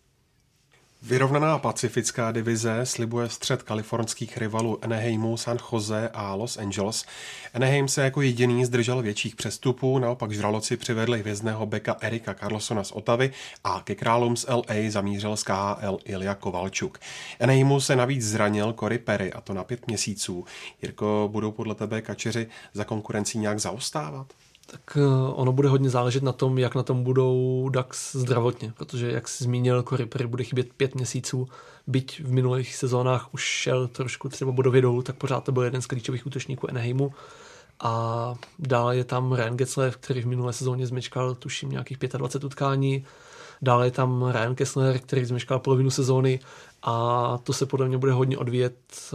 Vyrovnaná pacifická divize slibuje střet kalifornských rivalů Anaheimu, San Jose a Los Angeles. Anaheim se jako jediný zdržel větších přestupů, naopak žraloci přivedli hvězdného beka Erika Karlssona z Ottavy a ke králům z LA zamířil z KHL Ilja Kovalčuk. Anaheimu se navíc zranil Corey Perry a to na 5 měsíců. Jirko, budou podle tebe kačeři za konkurencí nějak zaostávat? Tak ono bude hodně záležet na tom, jak na tom budou Ducks zdravotně, protože, jak jsi zmínil, Corey Perry bude chybět 5 měsíců, byť v minulých sezónách už šel trošku třeba bodově dolů, tak pořád to byl jeden z klíčových útočníků Anaheimu. A dále je tam Ryan Getzlaf, který v minulé sezóně zmečkal, tuším, nějakých 25 utkání. Dále je tam Ryan Kessler, který zmeškal polovinu sezóny a to se podle mě bude hodně odvíjet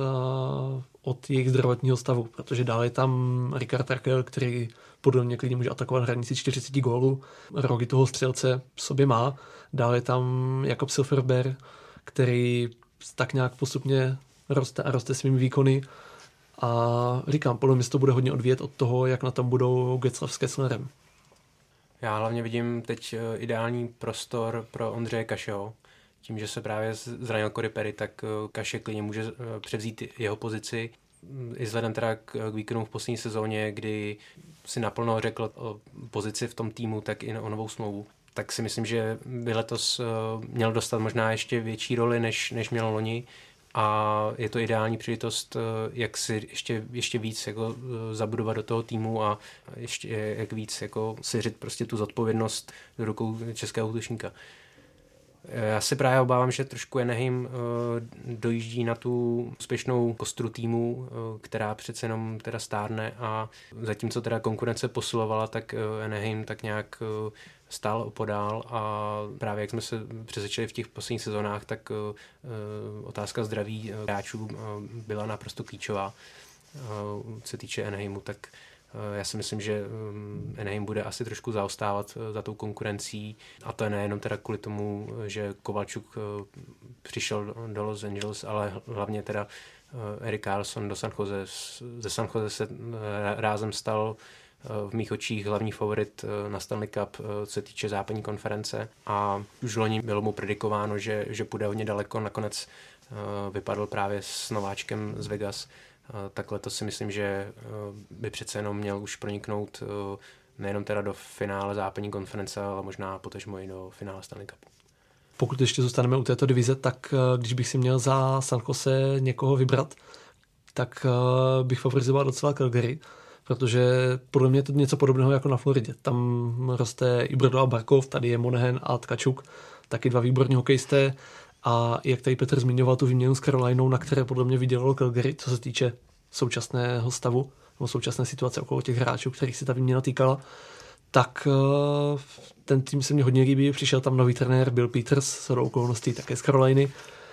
od jejich zdravotního stavu, protože dále je tam Ricard Raquel, který podle mě klidně může atakovat hranici 40 gólů. Roky toho střelce v sobě má. Dále je tam Jakob Silfverberg, který tak nějak postupně roste a roste svými výkony. A říkám, podle mě to bude hodně odvíjet od toho, jak na tom budou Getzlaff s Kesslerem. Já hlavně vidím teď ideální prostor pro Ondřeje Kašeho. Tím, že se právě zranil Corey Perry, tak Kaše klidně může převzít jeho pozici. I vzhledem teda k výkonu v poslední sezóně, kdy si naplno řekl o pozici v tom týmu, tak i o novou smlouvu. Tak si myslím, že by letos měl dostat možná ještě větší roli, než měl loni. A je to ideální příležitost, jak si ještě víc jako zabudovat do toho týmu a ještě jak víc jako siřit prostě tu zodpovědnost do rukou českého útočníka. Já si právě obávám, že trošku Anaheim dojíždí na tu úspěšnou kostru týmu, která přece jenom teda stárne a zatímco teda konkurence posilovala, tak Anaheim tak nějak stál opodál a právě jak jsme se přesvědčili v těch posledních sezónách, tak otázka zdraví hráčů byla naprosto klíčová. Co se týče Anaheimu, tak já si myslím, že Anaheim bude asi trošku zaostávat za tou konkurencí a to je nejenom teda kvůli tomu, že Kovalčuk přišel do Los Angeles, ale hlavně teda Erik Karlsson do San Jose. Ze San Jose se rázem stal v mých očích hlavní favorit na Stanley Cup, co se týče západní konference a už loni bylo mu predikováno, že půjde hodně daleko, nakonec vypadl právě s nováčkem z Vegas. Tak letos si myslím, že by přece jenom měl už proniknout nejenom teda do finále západní konference, ale možná potažmo i do finále Stanley Cupu. Pokud ještě zůstaneme u této divize, tak když bych si měl za San Jose někoho vybrat, tak bych favorizoval docela Calgary, protože podle mě je to něco podobného jako na Floridě. Tam roste i Brodal a Barkov, tady je Monahan a Tkačuk, taky dva výborní hokejisté. A jak tady Petr zmiňoval tu výměnu s Carolinou, na které podle mě vydělalo Calgary, co se týče současného stavu nebo současné situace okolo těch hráčů, kterých se ta výměna týkala, tak ten tým se mně hodně líbí. Přišel tam nový trenér Bill Peters, shodou okolností také z Caroliny.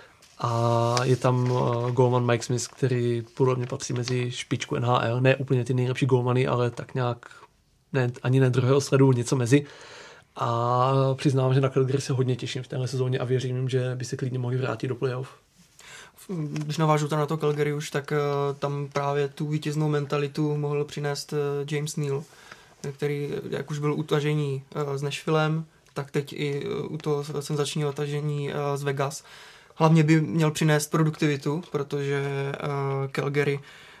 A je tam golman Mike Smith, který podle mě patří mezi špičku NHL. Ne úplně ty nejlepší golmany, ale tak nějak ani ne druhého sledu, něco mezi. A přiznám, že na Calgary se hodně těším v téhle sezóně a věřím, že by se klidně mohli vrátit do playoff. Když navážu to na to Calgary už, tak tam právě tu vítěznou mentalitu mohl přinést James Neal, který, jak už byl utažení s Nashvillem, tak teď i u toho senzačního utažení z Vegas. Hlavně by měl přinést produktivitu, protože Calgary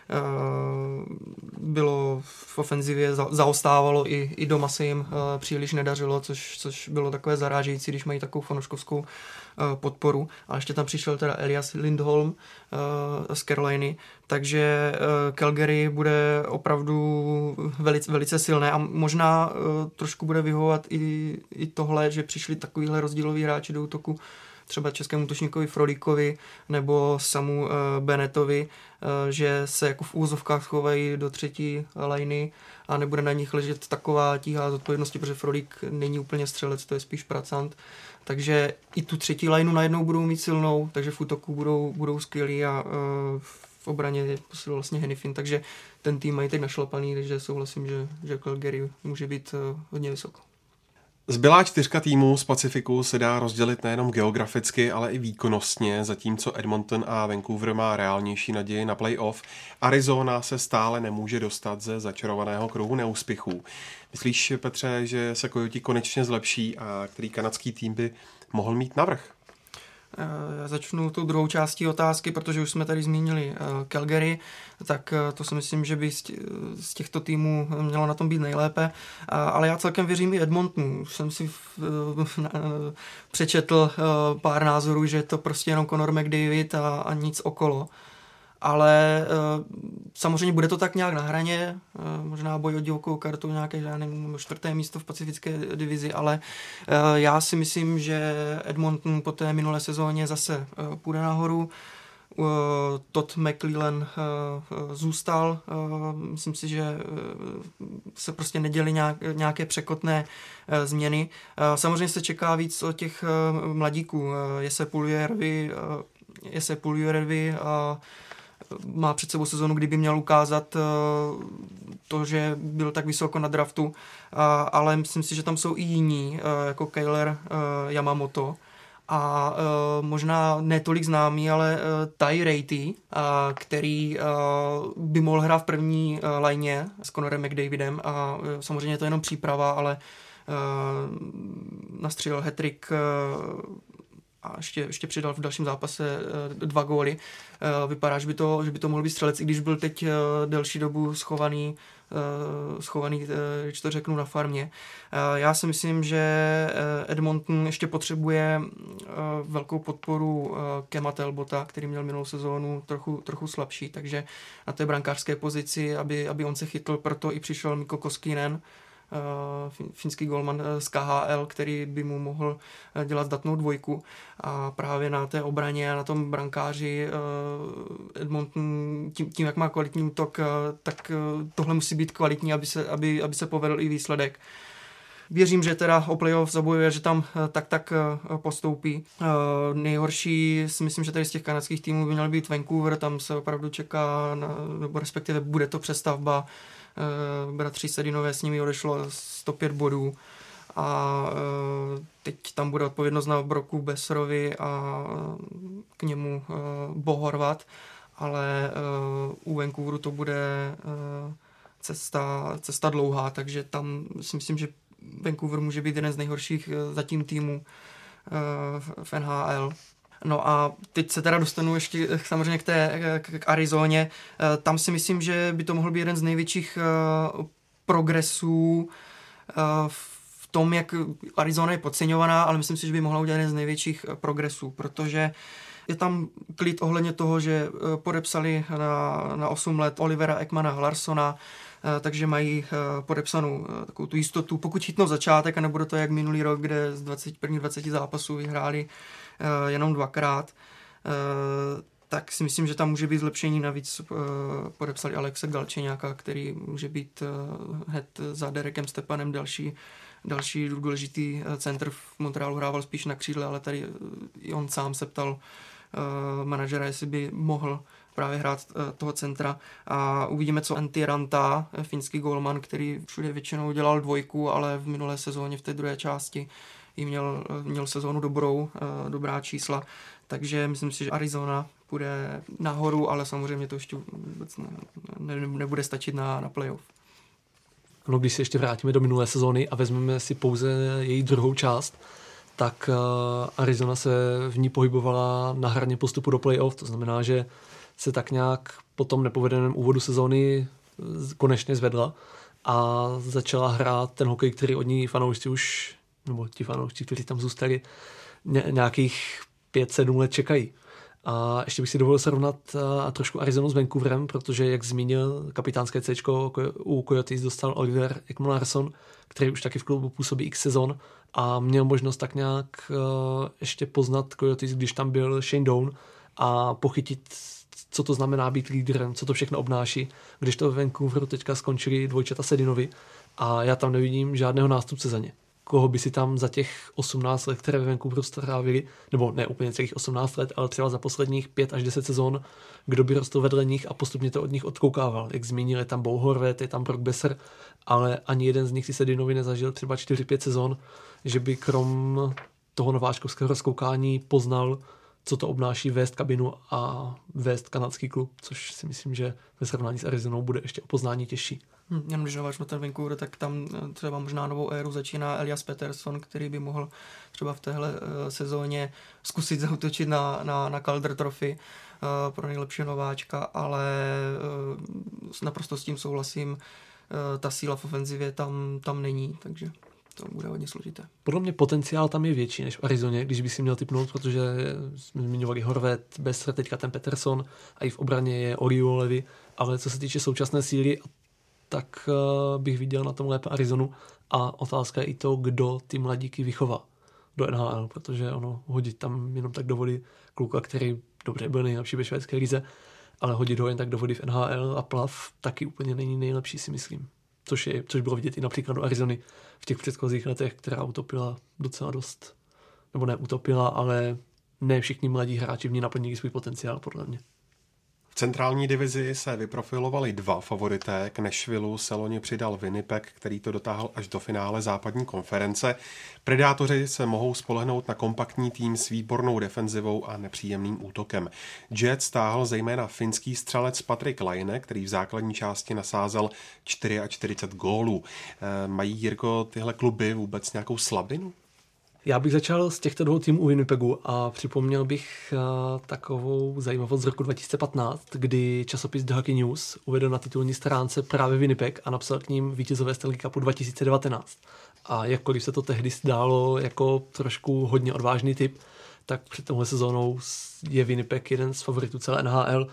bylo v ofenzivě, zaostávalo, i doma se jim příliš nedařilo, což bylo takové zarážející, když mají takovou fanouškovskou podporu. A ještě tam přišel teda Elias Lindholm z Caroliny, takže Calgary bude opravdu velice silné a možná trošku bude vyhovovat i tohle, že přišli takovýhle rozdíloví hráči do útoku, třeba českému útočníkovi Frolíkovi nebo Samu Bennettovi, že se jako v úvozovkách schovají do třetí lajny a nebude na nich ležet taková tíha zodpovědnosti, protože Frolík není úplně střelec, to je spíš pracant. Takže i tu třetí lajnu najednou budou mít silnou, takže v útoku budou skvělí a v obraně posilil vlastně Hanifin, takže ten tým mají teď našlapaný, takže souhlasím, že Calgary může být hodně vysoko. Zbylá 4 týmů z Pacifiku se dá rozdělit nejenom geograficky, ale i výkonnostně, zatímco Edmonton a Vancouver má reálnější naději na playoff. Arizona se stále nemůže dostat ze začarovaného kruhu neúspěchů. Myslíš, Petře, že se Coyote konečně zlepší a který kanadský tým by mohl mít navrch? Já začnu tou druhou částí otázky, protože už jsme tady zmínili Calgary, tak to si myslím, že by z těchto týmů mělo na tom být nejlépe, ale já celkem věřím i Edmontonu. Už jsem si přečetl pár názorů, že je to prostě jenom Connor McDavid a nic okolo. Ale samozřejmě bude to tak nějak na hraně, možná boj o divokou kartu, nějaké, já nevím, 4. místo v pacifické divizi, ale já si myslím, že Edmonton po té minulé sezóně zase půjde nahoru. Todd McClellan zůstal. Myslím si, že se prostě neděly nějaké překotné změny. Samozřejmě se čeká víc od těch mladíků. Jesse Puljurevi má před sebou sezonu, kdyby měl ukázat to, že byl tak vysoko na draftu, ale myslím si, že tam jsou i jiní, jako Keiler Yamamoto a možná ne tolik známý, ale Tai Ratey, který by mohl hrát v první lajně s Connorem McDavidem a samozřejmě je to jenom příprava, ale nastřelil hat-trick a ještě přidal v dalším zápase 2 góly. Vypadá, že by to mohl být střelec, i když byl teď delší dobu schovaný, když to řeknu, na farmě. Já si myslím, že Edmonton ještě potřebuje velkou podporu Kema Talbota, který měl minulou sezónu trochu slabší, takže na té brankářské pozici, aby on se chytl, proto i přišel Mikko Koskinen, finský golman z KHL, který by mu mohl dělat zdatnou dvojku. A právě na té obraně a na tom brankáři Edmonton, tím jak má kvalitní útok, tak tohle musí být kvalitní, aby se povedl i výsledek. Věřím, že teda o playoff zabojuje, že tam tak postoupí. Nejhorší si myslím, že tady z těch kanadských týmů by měl být Vancouver, tam se opravdu čeká, nebo respektive bude to přestavba. Bratři Sedinové, s nimi odešlo 105 bodů a teď tam bude odpovědnost na Brocku Besserovi a k němu Bohorvat, ale u Vancouveru to bude cesta dlouhá, takže tam si myslím, že Vancouver může být jeden z nejhorších zatím týmů v NHL. No a teď se teda dostanu ještě samozřejmě k Arizoně. Tam si myslím, že by to mohl být jeden z největších progresů v tom, jak Arizona je podceňovaná, ale myslím si, že by mohla udělat jeden z největších progresů, protože je tam klid ohledně toho, že podepsali na 8 let Olivera Ekmana-Larsona, takže mají podepsanou takovou tu jistotu. Pokud chytnou začátek a nebude to jak minulý rok, kde z prvních 20 zápasů vyhráli jenom 2krát, tak si myslím, že tam může být zlepšení. Navíc podepsali Alexe Galcheňáka, který může být hned za Derekem Stepanem další důležitý center. V Montrealu hrával spíš na křídle, ale tady i on sám se ptal manažera, jestli by mohl právě hrát toho centra. A uvidíme, co Antti Ranta, finský golman, který všude většinou dělal dvojku, ale v minulé sezóně v té druhé části měl sezónu dobrá čísla. Takže myslím si, že Arizona půjde nahoru, ale samozřejmě to ještě vůbec nebude stačit na playoff. No, když se ještě vrátíme do minulé sezóny a vezmeme si pouze její druhou část, tak Arizona se v ní pohybovala na hraně postupu do playoff, to znamená, že se tak nějak po tom nepovedeném úvodu sezóny konečně zvedla a začala hrát ten hokej, který od ní fanoušci už, nebo ti fanoušci, kteří tam zůstali, nějakých 5-7 let čekají. A ještě bych si dovolil srovnat trošku Arizonu s Vancouverem, protože, jak zmínil, kapitánské C-čko u Coyotes dostal Oliver Ekman-Larsson, který už taky v klubu působí x sezon a měl možnost tak nějak ještě poznat Coyotes, když tam byl Shane Doan a pochytit, co to znamená být lídrem, co to všechno obnáší, když to v Vancouveru teďka skončili dvojčata Sedinovi a já tam nevidím žádného nástupce za ně. Koho by si tam za těch 18 let, které ve Vancouveru strávili, nebo ne úplně celých 18 let, ale třeba za posledních 5 až 10 sezon, kdo by rostl vedle nich a postupně to od nich odkoukával. Jak zmínil, je tam Bo Horvat, je tam Brock Besser, ale ani jeden z nich si Sedinovi nezažil třeba 4-5 sezon, že by krom toho nováčkovského rozkoukání poznal, co to obnáší vést kabinu a vést kanadský klub, což si myslím, že ve srovnání s Arizonou bude ještě o poznání těžší. Jenom když navážu ten Vancouver, tak tam třeba možná novou éru začíná Elias Pettersson, který by mohl třeba v téhle sezóně zkusit zaútočit na Calder Trophy pro nejlepšího nováčka, ale naprosto s tím souhlasím, ta síla v ofenzivě tam není, takže to bude hodně složité. Podle mě potenciál tam je větší než v Arizoně, když by si měl tipnout, protože jsme zmiňovali Horvat, Besser, teďka ten Pettersson a i v obraně je Oriolevy, ale co se týče současné síly, tak bych viděl na tom lépe Arizonu a otázka je i to, kdo ty mladíky vychová do NHL, protože ono hodit tam jenom tak dovolí kluka, který dobře, byl nejlepší ve švédské lize, ale hodit ho jen tak do vody v NHL a plav taky úplně není nejlepší, si myslím. Což bylo vidět i například do Arizony v těch předchozích letech, která utopila docela dost. Nebo ne utopila, ale ne všichni mladí hráči v ní naplnili svůj potenciál, podle mě. V centrální divizi se vyprofilovali 2 favorité. K Nashvilleu se loni přidal Winnipeg, který to dotáhl až do finále západní konference. Predátoři se mohou spolehnout na kompaktní tým s výbornou defenzivou a nepříjemným útokem. Jet stáhl zejména finský střelec Patrik Laine, který v základní části nasázel 44 gólů. Mají, Jirko, tyhle kluby vůbec nějakou slabinu? Já bych začal z těchto 2 týmů u Winnipegu a připomněl bych takovou zajímavost z roku 2015, kdy časopis The Hockey News uvedl na titulní stránce právě Winnipeg a napsal k ním vítězové Stanley Cupu 2019. A jakkoliv se to tehdy zdálo jako trošku hodně odvážný tip, tak před touhle sezónou je Winnipeg jeden z favoritů celé NHL.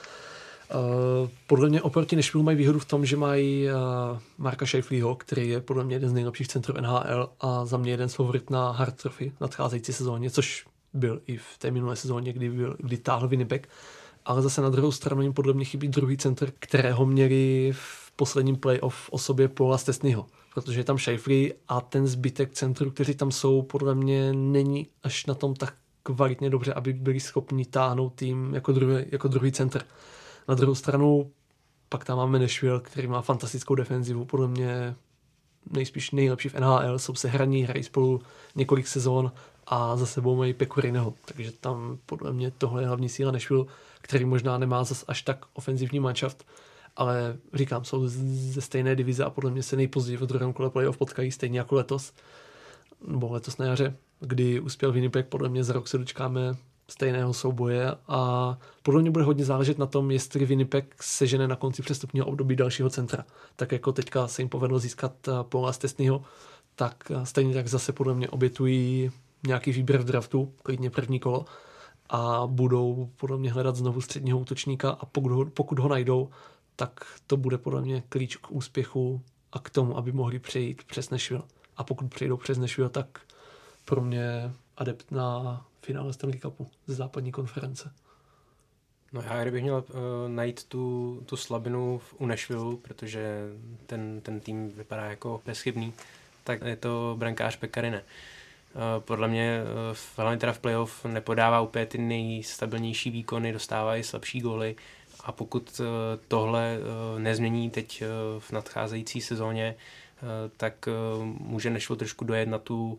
Podle mě oproti Nashville mají výhodu v tom, že mají Marka Scheifeleho, který je podle mě jeden z nejlepších centrů NHL a za mě jeden z favorit na Hart Trophy v nadcházející sezóně, což byl i v té minulé sezóně, kdy táhl Winnipeg. Ale zase na druhou stranu jim podle mě chybí druhý centr, kterého měli v posledním playoff o sobě Paula Stastnyho, protože je tam Scheifele a ten zbytek centrů, kteří tam jsou, podle mě není až na tom tak kvalitně dobře, aby byli schopni táhnout tým jako druhý centr. Na druhou stranu pak tam máme Nashville, který má fantastickou defenzivu, podle mě nejspíš nejlepší v NHL, jsou sehraní, hrají spolu několik sezon a za sebou mají Pekka Rinneho, takže tam podle mě tohle je hlavní síla Nashville, který možná nemá zas až tak ofenzivní manšaft, ale říkám, jsou ze stejné divize a podle mě se nejpozději v druhém kole playoff potkají stejně jako letos, nebo letos na jaře, kdy uspěl Winnipeg, podle mě za rok se dočkáme stejného souboje a podle mě bude hodně záležet na tom, jestli Winnipeg sežene na konci přestupního období dalšího centra. Tak jako teďka se jim povedlo získat Paula Stastnyho, tak stejně tak zase podle mě obětují nějaký výběr v draftu, klidně první kolo a budou podle mě hledat znovu středního útočníka a pokud ho najdou, tak to bude podle mě klíč k úspěchu a k tomu, aby mohli přejít přes Nashville. A pokud přejdou přes Nashville, tak pro mě adept na finále Stanley Cupu ze západní konference. No já kdybych měl najít tu slabinu u Nashville, protože ten tým vypadá jako bezchybný, tak je to brankář Pekka Rinne. Podle mě hlavně teda v playoff nepodává úplně ty nejstabilnější výkony, dostává i slabší góly a pokud tohle nezmění teď v nadcházející sezóně, tak může Nashville trošku dojet na tu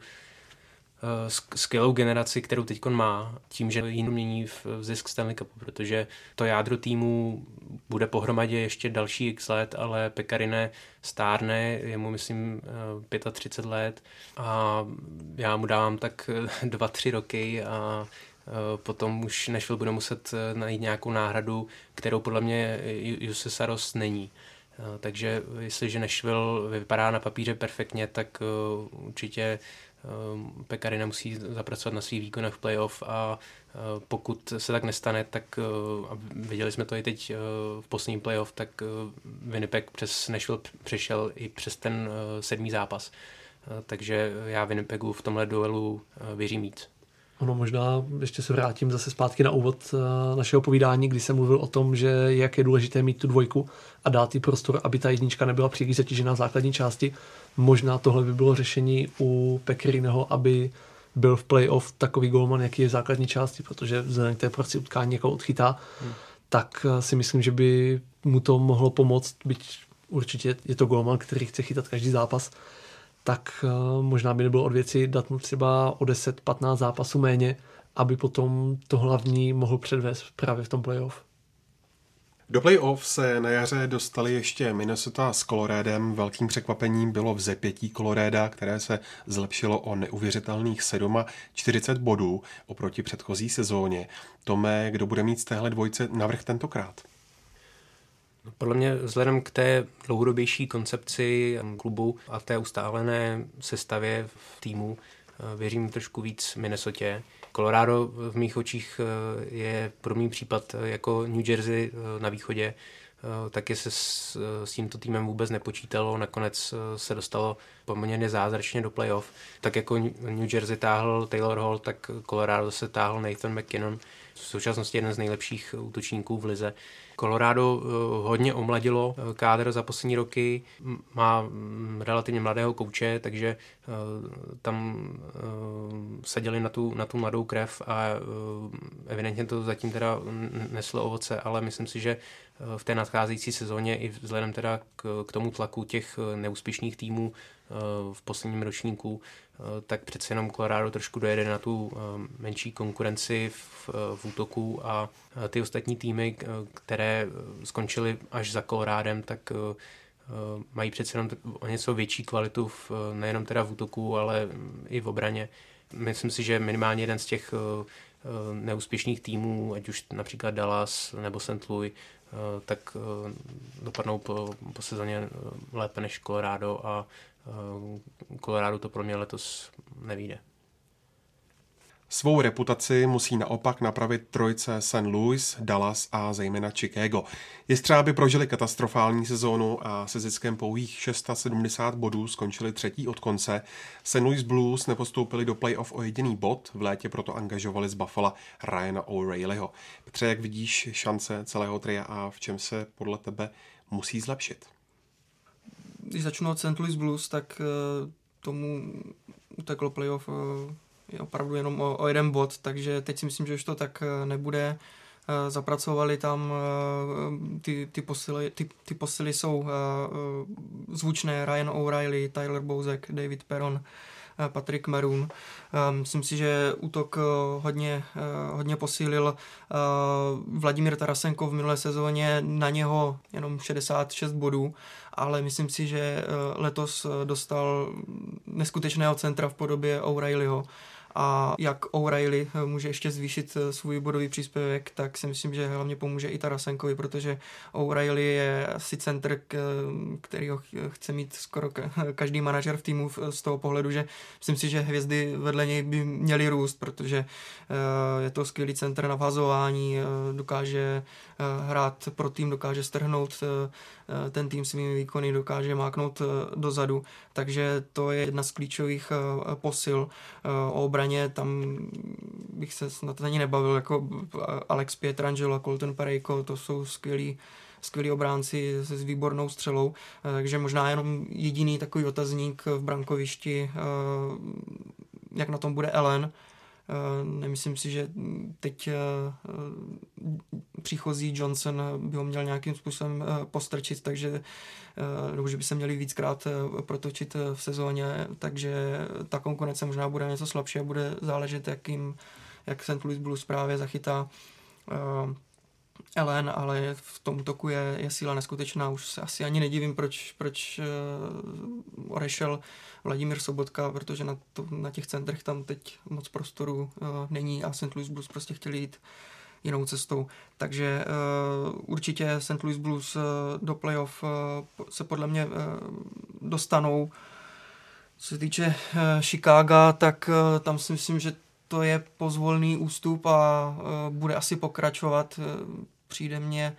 skvělou generaci, kterou teďkon má, tím, že ji mění v zisk Stanley Cupu, protože to jádro týmu bude pohromadě ještě další x let, ale Pekka Rinne stárne, je mu myslím 35 let a já mu dávám tak 2-3 roky a potom už Nashville bude muset najít nějakou náhradu, kterou podle mě Juuse Saros není. Takže jestliže Nashville vypadá na papíře perfektně, tak určitě Pekka Rinne musí zapracovat na svých výkonech v playoff a pokud se tak nestane, tak viděli jsme to i teď v posledním playoff, tak Winnipeg přes Nashville přešel i přes ten 7. zápas. Takže já Winnipegu v tomhle duelu věřím víc. Ono možná, ještě se vrátím zase zpátky na úvod našeho povídání, kdy jsem mluvil o tom, že jak je důležité mít tu dvojku a dát jí prostor, aby ta jednička nebyla příliš zatížená v základní části. Možná tohle by bylo řešení u Pekky Rinneho, aby byl v playoff takový golman, jaký je v základní části, protože vzhledem k té porci utkání někoho odchytá, tak si myslím, že by mu to mohlo pomoct, byť určitě je to golman, který chce chytat každý zápas, tak možná by nebylo od věci dát mu třeba o 10-15 zápasů méně, aby potom to hlavní mohl předvést právě v tom playoff. Do playoff se na jaře dostali ještě Minnesota s Coloradem. Velkým překvapením bylo vzepětí Colorada, které se zlepšilo o neuvěřitelných 47 bodů oproti předchozí sezóně. Tome, kdo bude mít z téhle dvojce navrch tentokrát? Podle mě vzhledem k té dlouhodobější koncepci klubu a té ustálené sestavě v týmu věřím trošku víc Minnesotě. Colorado v mých očích je podobný případ jako New Jersey na východě. Taky se s tímto týmem vůbec nepočítalo, nakonec se dostalo poměrně zázračně do playoff. Tak jako New Jersey táhl Taylor Hall, tak Colorado se táhl Nathan McKinnon v současnosti jeden z nejlepších útočníků v lize. Colorado hodně omladilo kádr za poslední roky, má relativně mladého kouče, takže tam sadili na tu mladou krev a evidentně to zatím teda neslo ovoce, ale myslím si, že v té nadcházející sezóně i vzhledem teda k tomu tlaku těch neúspěšných týmů v posledním ročníku, tak přece jenom Colorado trošku dojede na tu menší konkurenci v útoku a ty ostatní týmy, které skončily až za Colorádem, tak mají přece jenom o něco větší kvalitu nejenom teda v útoku, ale i v obraně. Myslím si, že minimálně jeden z těch neúspěšných týmů, ať už například Dallas nebo St. Louis, tak dopadnou po sezóně lépe než Colorado a Colorado to pro mě letos nevyjde. Svou reputaci musí naopak napravit trojce St. Louis, Dallas a zejména Chicago. Jestřáby prožili katastrofální sezónu a se ziskem pouhých 670 bodů skončili třetí od konce. St. Louis Blues nepostoupili do playoff o jediný bod, v létě proto angažovali z Buffalo Ryana O'Reillyho. Petře, jak vidíš šance celého tria a v čem se podle tebe musí zlepšit? Když začnu od St. Louis Blues, tak tomu uteklo playoff je opravdu jenom o jeden bod, takže teď si myslím, že už to tak nebude. Zapracovali tam ty posily jsou zvučné, Ryan O'Reilly, Tyler Bozek, David Perron, Patrick Maroon. Myslím si, že útok hodně posílil Vladimír Tarasenko v minulé sezóně, na něho jenom 66 bodů, ale myslím si, že letos dostal neskutečného centra v podobě O'Reillyho. A jak O'Reilly může ještě zvýšit svůj bodový příspěvek, tak si myslím, že hlavně pomůže i Tarasenkovi, protože O'Reilly je asi center, kterýho chce mít skoro každý manažer v týmu z toho pohledu, že myslím si, že hvězdy vedle něj by měly růst, protože je to skvělý center na vhazování, dokáže hrát pro tým, dokáže strhnout ten tým svými výkony, dokáže máknout dozadu, takže to je jedna z klíčových posil. O obraně tam bych se snad ani nebavil, jako Alex Pietrangelo a Colton Parayko, to jsou skvělí obránci s výbornou střelou, takže možná jenom jediný takový otazník v brankovišti, jak na tom bude Allen. Nemyslím si, že teď příchozí Johnson by ho měl nějakým způsobem postrčit, takže nebo že by se měli víckrát protočit v sezóně, takže ta konkurence možná bude něco slabší a bude záležet, jak St. Louis Blues právě zachytá Allen, ale v tom útoku je síla neskutečná. Už se asi ani nedivím, proč odešel Vladimír Sobotka, protože na těch centrech tam teď moc prostoru není a St. Louis Blues prostě chtěli jít jinou cestou. Takže určitě St. Louis Blues do playoff se podle mě dostanou. Co se týče Chicaga, tak tam si myslím, že to je pozvolný ústup a bude asi pokračovat. Přijde mně,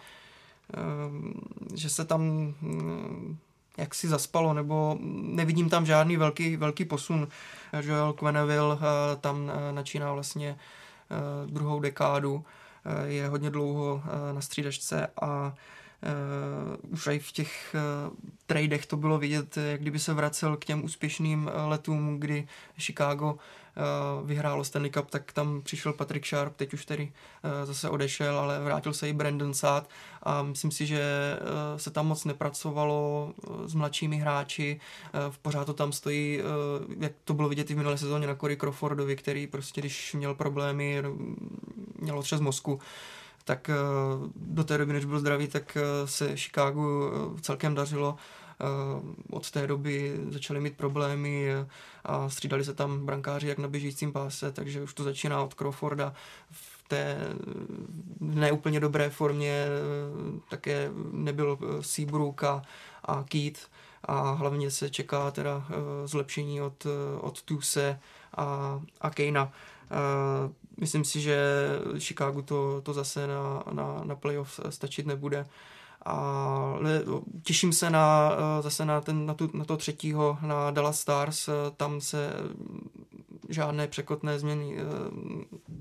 že se tam jaksi zaspalo, nebo nevidím tam žádný velký posun. Joel Quenneville tam načíná vlastně druhou dekádu, je hodně dlouho na střídačce a už i v těch tradech to bylo vidět, jak kdyby se vracel k těm úspěšným letům, kdy Chicago vyhrálo Stanley Cup, tak tam přišel Patrick Sharp, teď už tedy zase odešel, ale vrátil se i Brandon Saad a myslím si, že se tam moc nepracovalo s mladšími hráči, pořád to tam stojí, jak to bylo vidět i v minulé sezóně na Corey Crawfordovi, který prostě, když měl problémy, měl otřes mozku, tak do té doby, než byl zdravý, tak se Chicagu celkem dařilo. Od té doby začali mít problémy a střídali se tam brankáři jak na běžícím páse, takže už to začíná od Crawforda v té neúplně dobré formě, také nebyl Seabrook a Keith a hlavně se čeká teda zlepšení od Tuse a Kanea. Myslím si, že Chicagu to zase na playoff stačit nebude. Ale těším se zase na to třetího, na Dallas Stars. Tam se žádné překotné změny tak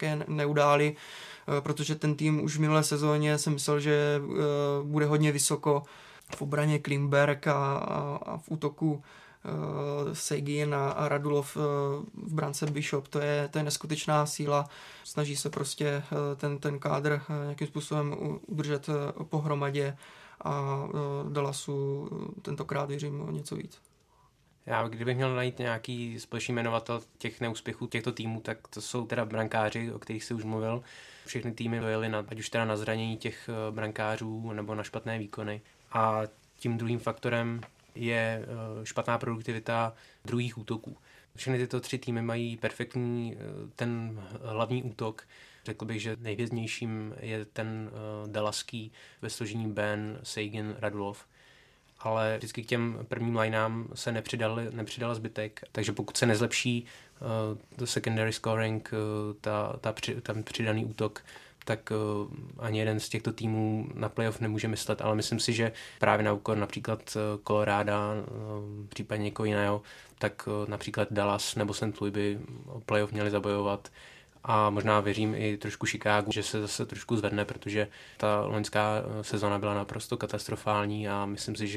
také neudáli, protože ten tým už v minulé sezóně jsem myslel, že bude hodně vysoko v obraně Klimberg a v útoku Seguin a Radulov v brance Bishop, to je neskutečná síla. Snaží se prostě ten kádr nějakým způsobem udržet pohromadě a Dallasu tentokrát věřím o něco víc. Já kdybych měl najít nějaký společný jmenovatel těch neúspěchů těchto týmů, tak to jsou teda brankáři, o kterých si už mluvil. Všechny týmy dojeli ať už teda na zranění těch brankářů nebo na špatné výkony. A tím druhým faktorem je špatná produktivita druhých útoků. Všechny tyto 3 týmy mají perfektní ten hlavní útok. Řekl bych, že nejvěznějším je ten dallaský ve složení Ben, Seguin, Radulov. Ale vždycky k těm prvním lineám se nepřidal zbytek, takže pokud se nezlepší secondary scoring, ten přidaný útok, tak ani jeden z těchto týmů na playoff nemůže myslet, ale myslím si, že právě na úkor například Colorada, případně někoho jiného, tak například Dallas nebo St. Louis by playoff měli zabojovat. A možná věřím i trošku Chicagu, že se zase trošku zvedne, protože ta loňská sezona byla naprosto katastrofální a myslím si,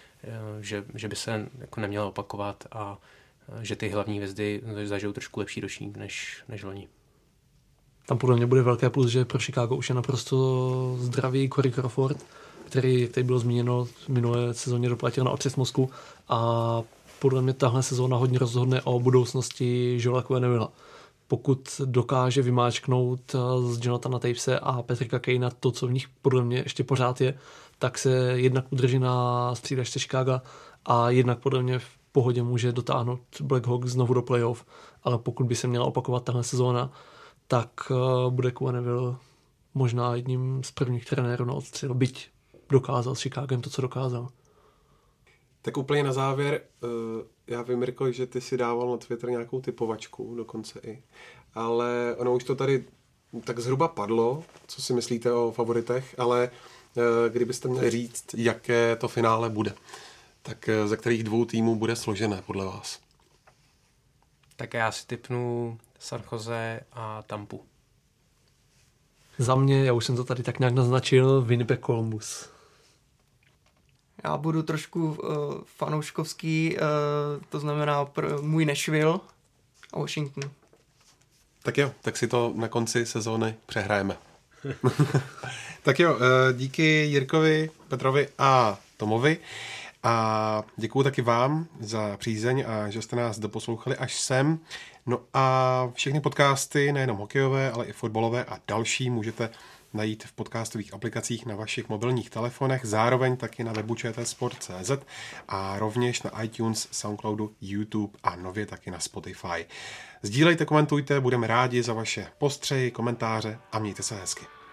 že by se jako neměla opakovat a že ty hlavní hvězdy zažijou trošku lepší ročník než loni. Tam podle mě bude velké plus, že pro Chicago už je naprosto zdravý Corey Crawford, který bylo zmíněno v minulé sezóně, doplatil na otřes mozku a podle mě tahle sezóna hodně rozhodne o budoucnosti Joela Quennevilla. Pokud dokáže vymáčknout z Jonathana Tavese a Patricka Kane'a to, co v nich podle mě ještě pořád je, tak se jednak udrží na střídačce Chicaga a jednak podle mě v pohodě může dotáhnout Black Hawks znovu do playoff, ale pokud by se měla opakovat tahle sezóna, tak bude Quenneville možná jedním z prvních trenérů na odstřel, byť dokázal s Chicagem to, co dokázal. Tak úplně na závěr, já vím, Mirko, že ty si dával na Twitter nějakou typovačku, dokonce i, ale ono už to tady tak zhruba padlo, co si myslíte o favoritech, ale kdybyste měli říct, jaké to finále bude, tak ze kterých 2 týmů bude složené podle vás? Tak já si tipnu San Jose a Tampu. Za mě, já už jsem to tady tak nějak naznačil, Winnipeg Columbus. Já budu trošku fanouškovský, to znamená můj Nashville a Washington. Tak jo, tak si to na konci sezóny přehrajeme. Tak jo, díky Jirkovi, Petrovi a Tomovi. A děkuju taky vám za přízeň a že jste nás doposlouchali až sem. No a všechny podcasty, nejenom hokejové, ale i fotbalové a další můžete najít v podcastových aplikacích na vašich mobilních telefonech, zároveň taky na webu čtsport.cz a rovněž na iTunes, Soundcloudu, YouTube a nově taky na Spotify. Sdílejte, komentujte, budeme rádi za vaše postřehy, komentáře a mějte se hezky.